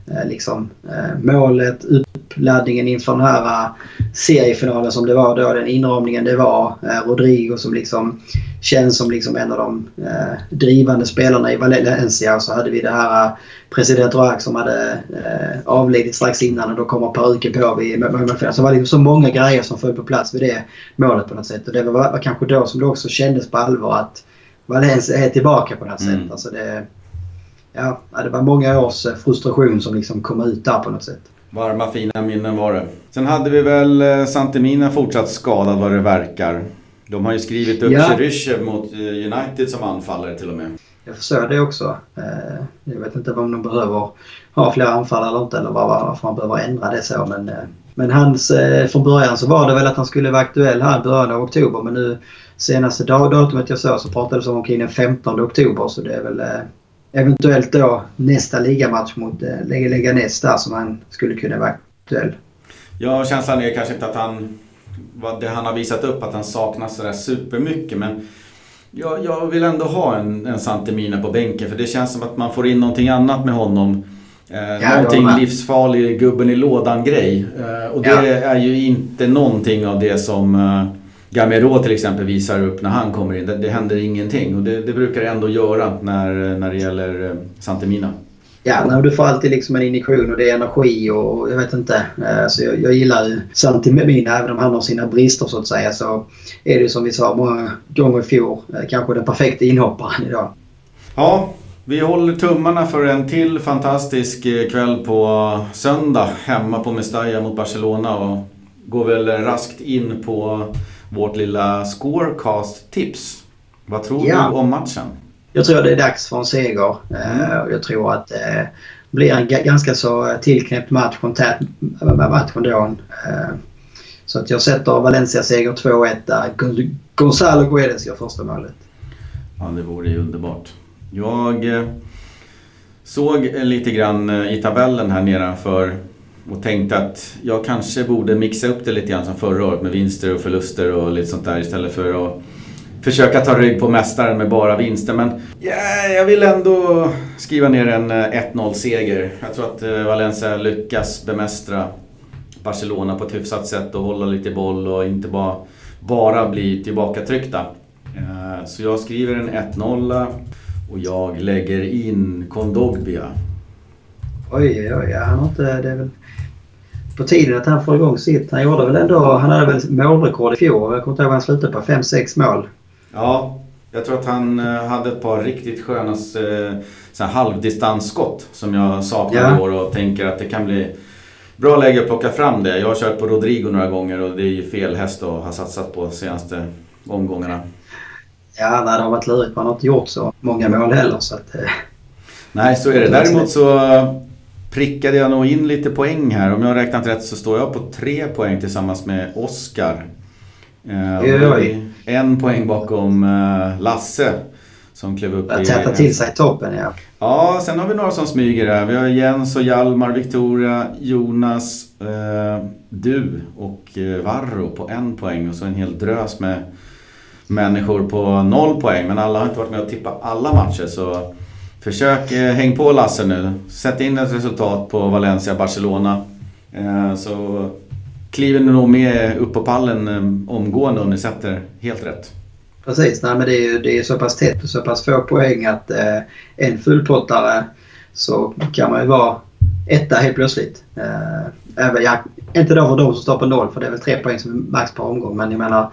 målet, uppladdningen inför den här seriefinalen som det var då, den inramningen det var. Rodrigo som känns som en av de drivande spelarna i Valencia. Och så hade vi det här president Roac som hade avlidit strax innan, och då kommer peruken på så var det så många grejer som föll på plats vid det målet på något sätt. Och det var kanske då som det också kändes på allvar att Valencia är tillbaka på något sätt. Alltså det var många års frustration som kom ut där på något sätt. Varma fina minnen var det. Sen hade vi väl Santemina fortsatt skadad vad det verkar. De har ju skrivit upp Cheryshev mot United som anfallare till och med. Jag förstår det också. Jag vet inte om de behöver ha fler anfall eller inte, eller varför man behöver ändra det så. Men från början så var det väl att han skulle vara aktuell här i början av oktober. Men nu senaste datumet jag så pratade det om omkring den 15 oktober. Så det är väl eventuellt då nästa ligamatch mot Leganes där som han skulle kunna vara aktuell. Ja, känslan är kanske inte att det han har visat upp att han saknas sådär supermycket, men jag vill ändå ha en Santemina på bänken, för det känns som att man får in någonting annat med honom. Någonting livsfarlig gubben i lådan grej. Och det är ju inte någonting av det som Gamero till exempel visar upp när han kommer in. Det händer ingenting, och det brukar det ändå göra när det gäller Santemina. Ja, när du får alltid en injektion och det är energi och jag vet inte. Så jag gillar ju Santemina, även om han har sina brister så att säga, så är det som vi sa många gånger i fjol, kanske den perfekta inhopparen idag. Ja, vi håller tummarna för en till fantastisk kväll på söndag hemma på Mestalla mot Barcelona, och går väl raskt in på vårt lilla scorecast-tips. Vad tror du om matchen? Jag tror det är dags för en seger. Jag tror att det blir en ganska så tillknäppt match från matchen då. Så att jag sätter Valencia seger 2-1 där. Gonzalo Guedes gör första målet. Ja, det vore ju underbart. Jag såg lite grann i tabellen här nedanför och tänkte att jag kanske borde mixa upp det lite grann som förra året med vinster och förluster och lite sånt där, istället för att försöka ta rygg på mästaren med bara vinster. Men jag vill ändå skriva ner en 1-0-seger. Jag tror att Valencia lyckas bemästra Barcelona på ett hyfsat sätt och hålla lite boll och inte bara bli tillbakatryckta. Så jag skriver en 1-0 och jag lägger in Kondogbia. Oj, han har inte, det är väl på tiden att han får igång sitt. Han gjorde väl ändå, han hade väl målrekord i fjol. Jag kommer inte ihåg vad han slutade på, 5-6 mål. Ja, jag tror att han hade ett par riktigt sköna halvdistansskott som jag saknar i år och tänker att det kan bli bra läge att plocka fram det. Jag har kört på Rodrigo några gånger och det är ju fel häst att ha satsat på senaste omgångarna. Ja, det har varit lurigt. Man har inte gjort så många mål heller. Så att, nej, så är det. Däremot så prickade jag nog in lite poäng här. Om jag har räknat rätt så står jag på 3 poäng tillsammans med Oskar. 1 poäng bakom Lasse som klev upp i... Täta till sig toppen, ja. Ja, sen har vi några som smyger här. Vi har Jens och Hjalmar, Victoria, Jonas, du och Varro på 1 poäng. Och så en hel drös med människor på 0 poäng. Men alla har inte varit med och tippat alla matcher, så försök häng på Lasse nu. Sätt in ett resultat på Valencia-Barcelona. Så kliver ni nog med upp på pallen omgående om ni sätter helt rätt. Precis, nej, men det är så pass tätt och så pass få poäng att en fullpottare så kan man ju vara etta helt plötsligt. Inte då för de som står på 0, för det är väl 3 poäng som är max per omgång, men jag menar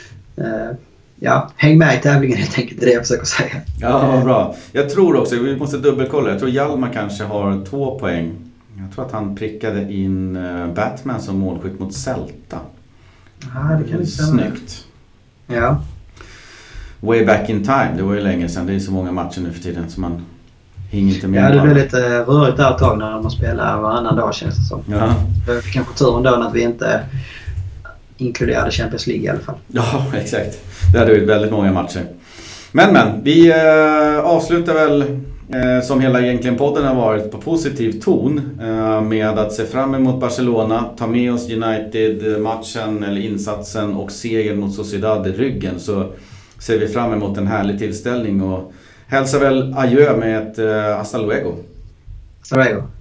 häng med i tävlingen helt enkelt, det är det jag försöker säga. Ja, bra. Jag tror också, vi måste dubbelkolla, jag tror Hjalmar kanske har 2 poäng. Jag tror att han prickade in Batman som målskytt mot Celta. Ja, det kan inte stämma. Snyggt. Ja. Way back in time, det var ju länge sedan. Det är så många matcher nu för tiden så man hinner inte med. Ja, det blir lite rörigt där ett tag när de spelar varannan dag, känns det som. Ja. Kanske turen då att vi inte inkluderade Champions League i alla fall. Ja, exakt. Det hade ju väldigt många matcher. Men vi avslutar väl som hela egentligen podden har varit på positiv ton med att se fram emot Barcelona, ta med oss United-matchen eller insatsen och segern mot Sociedad i ryggen, så ser vi fram emot en härlig tillställning och hälsar väl adjö med ett hasta luego. Hasta luego.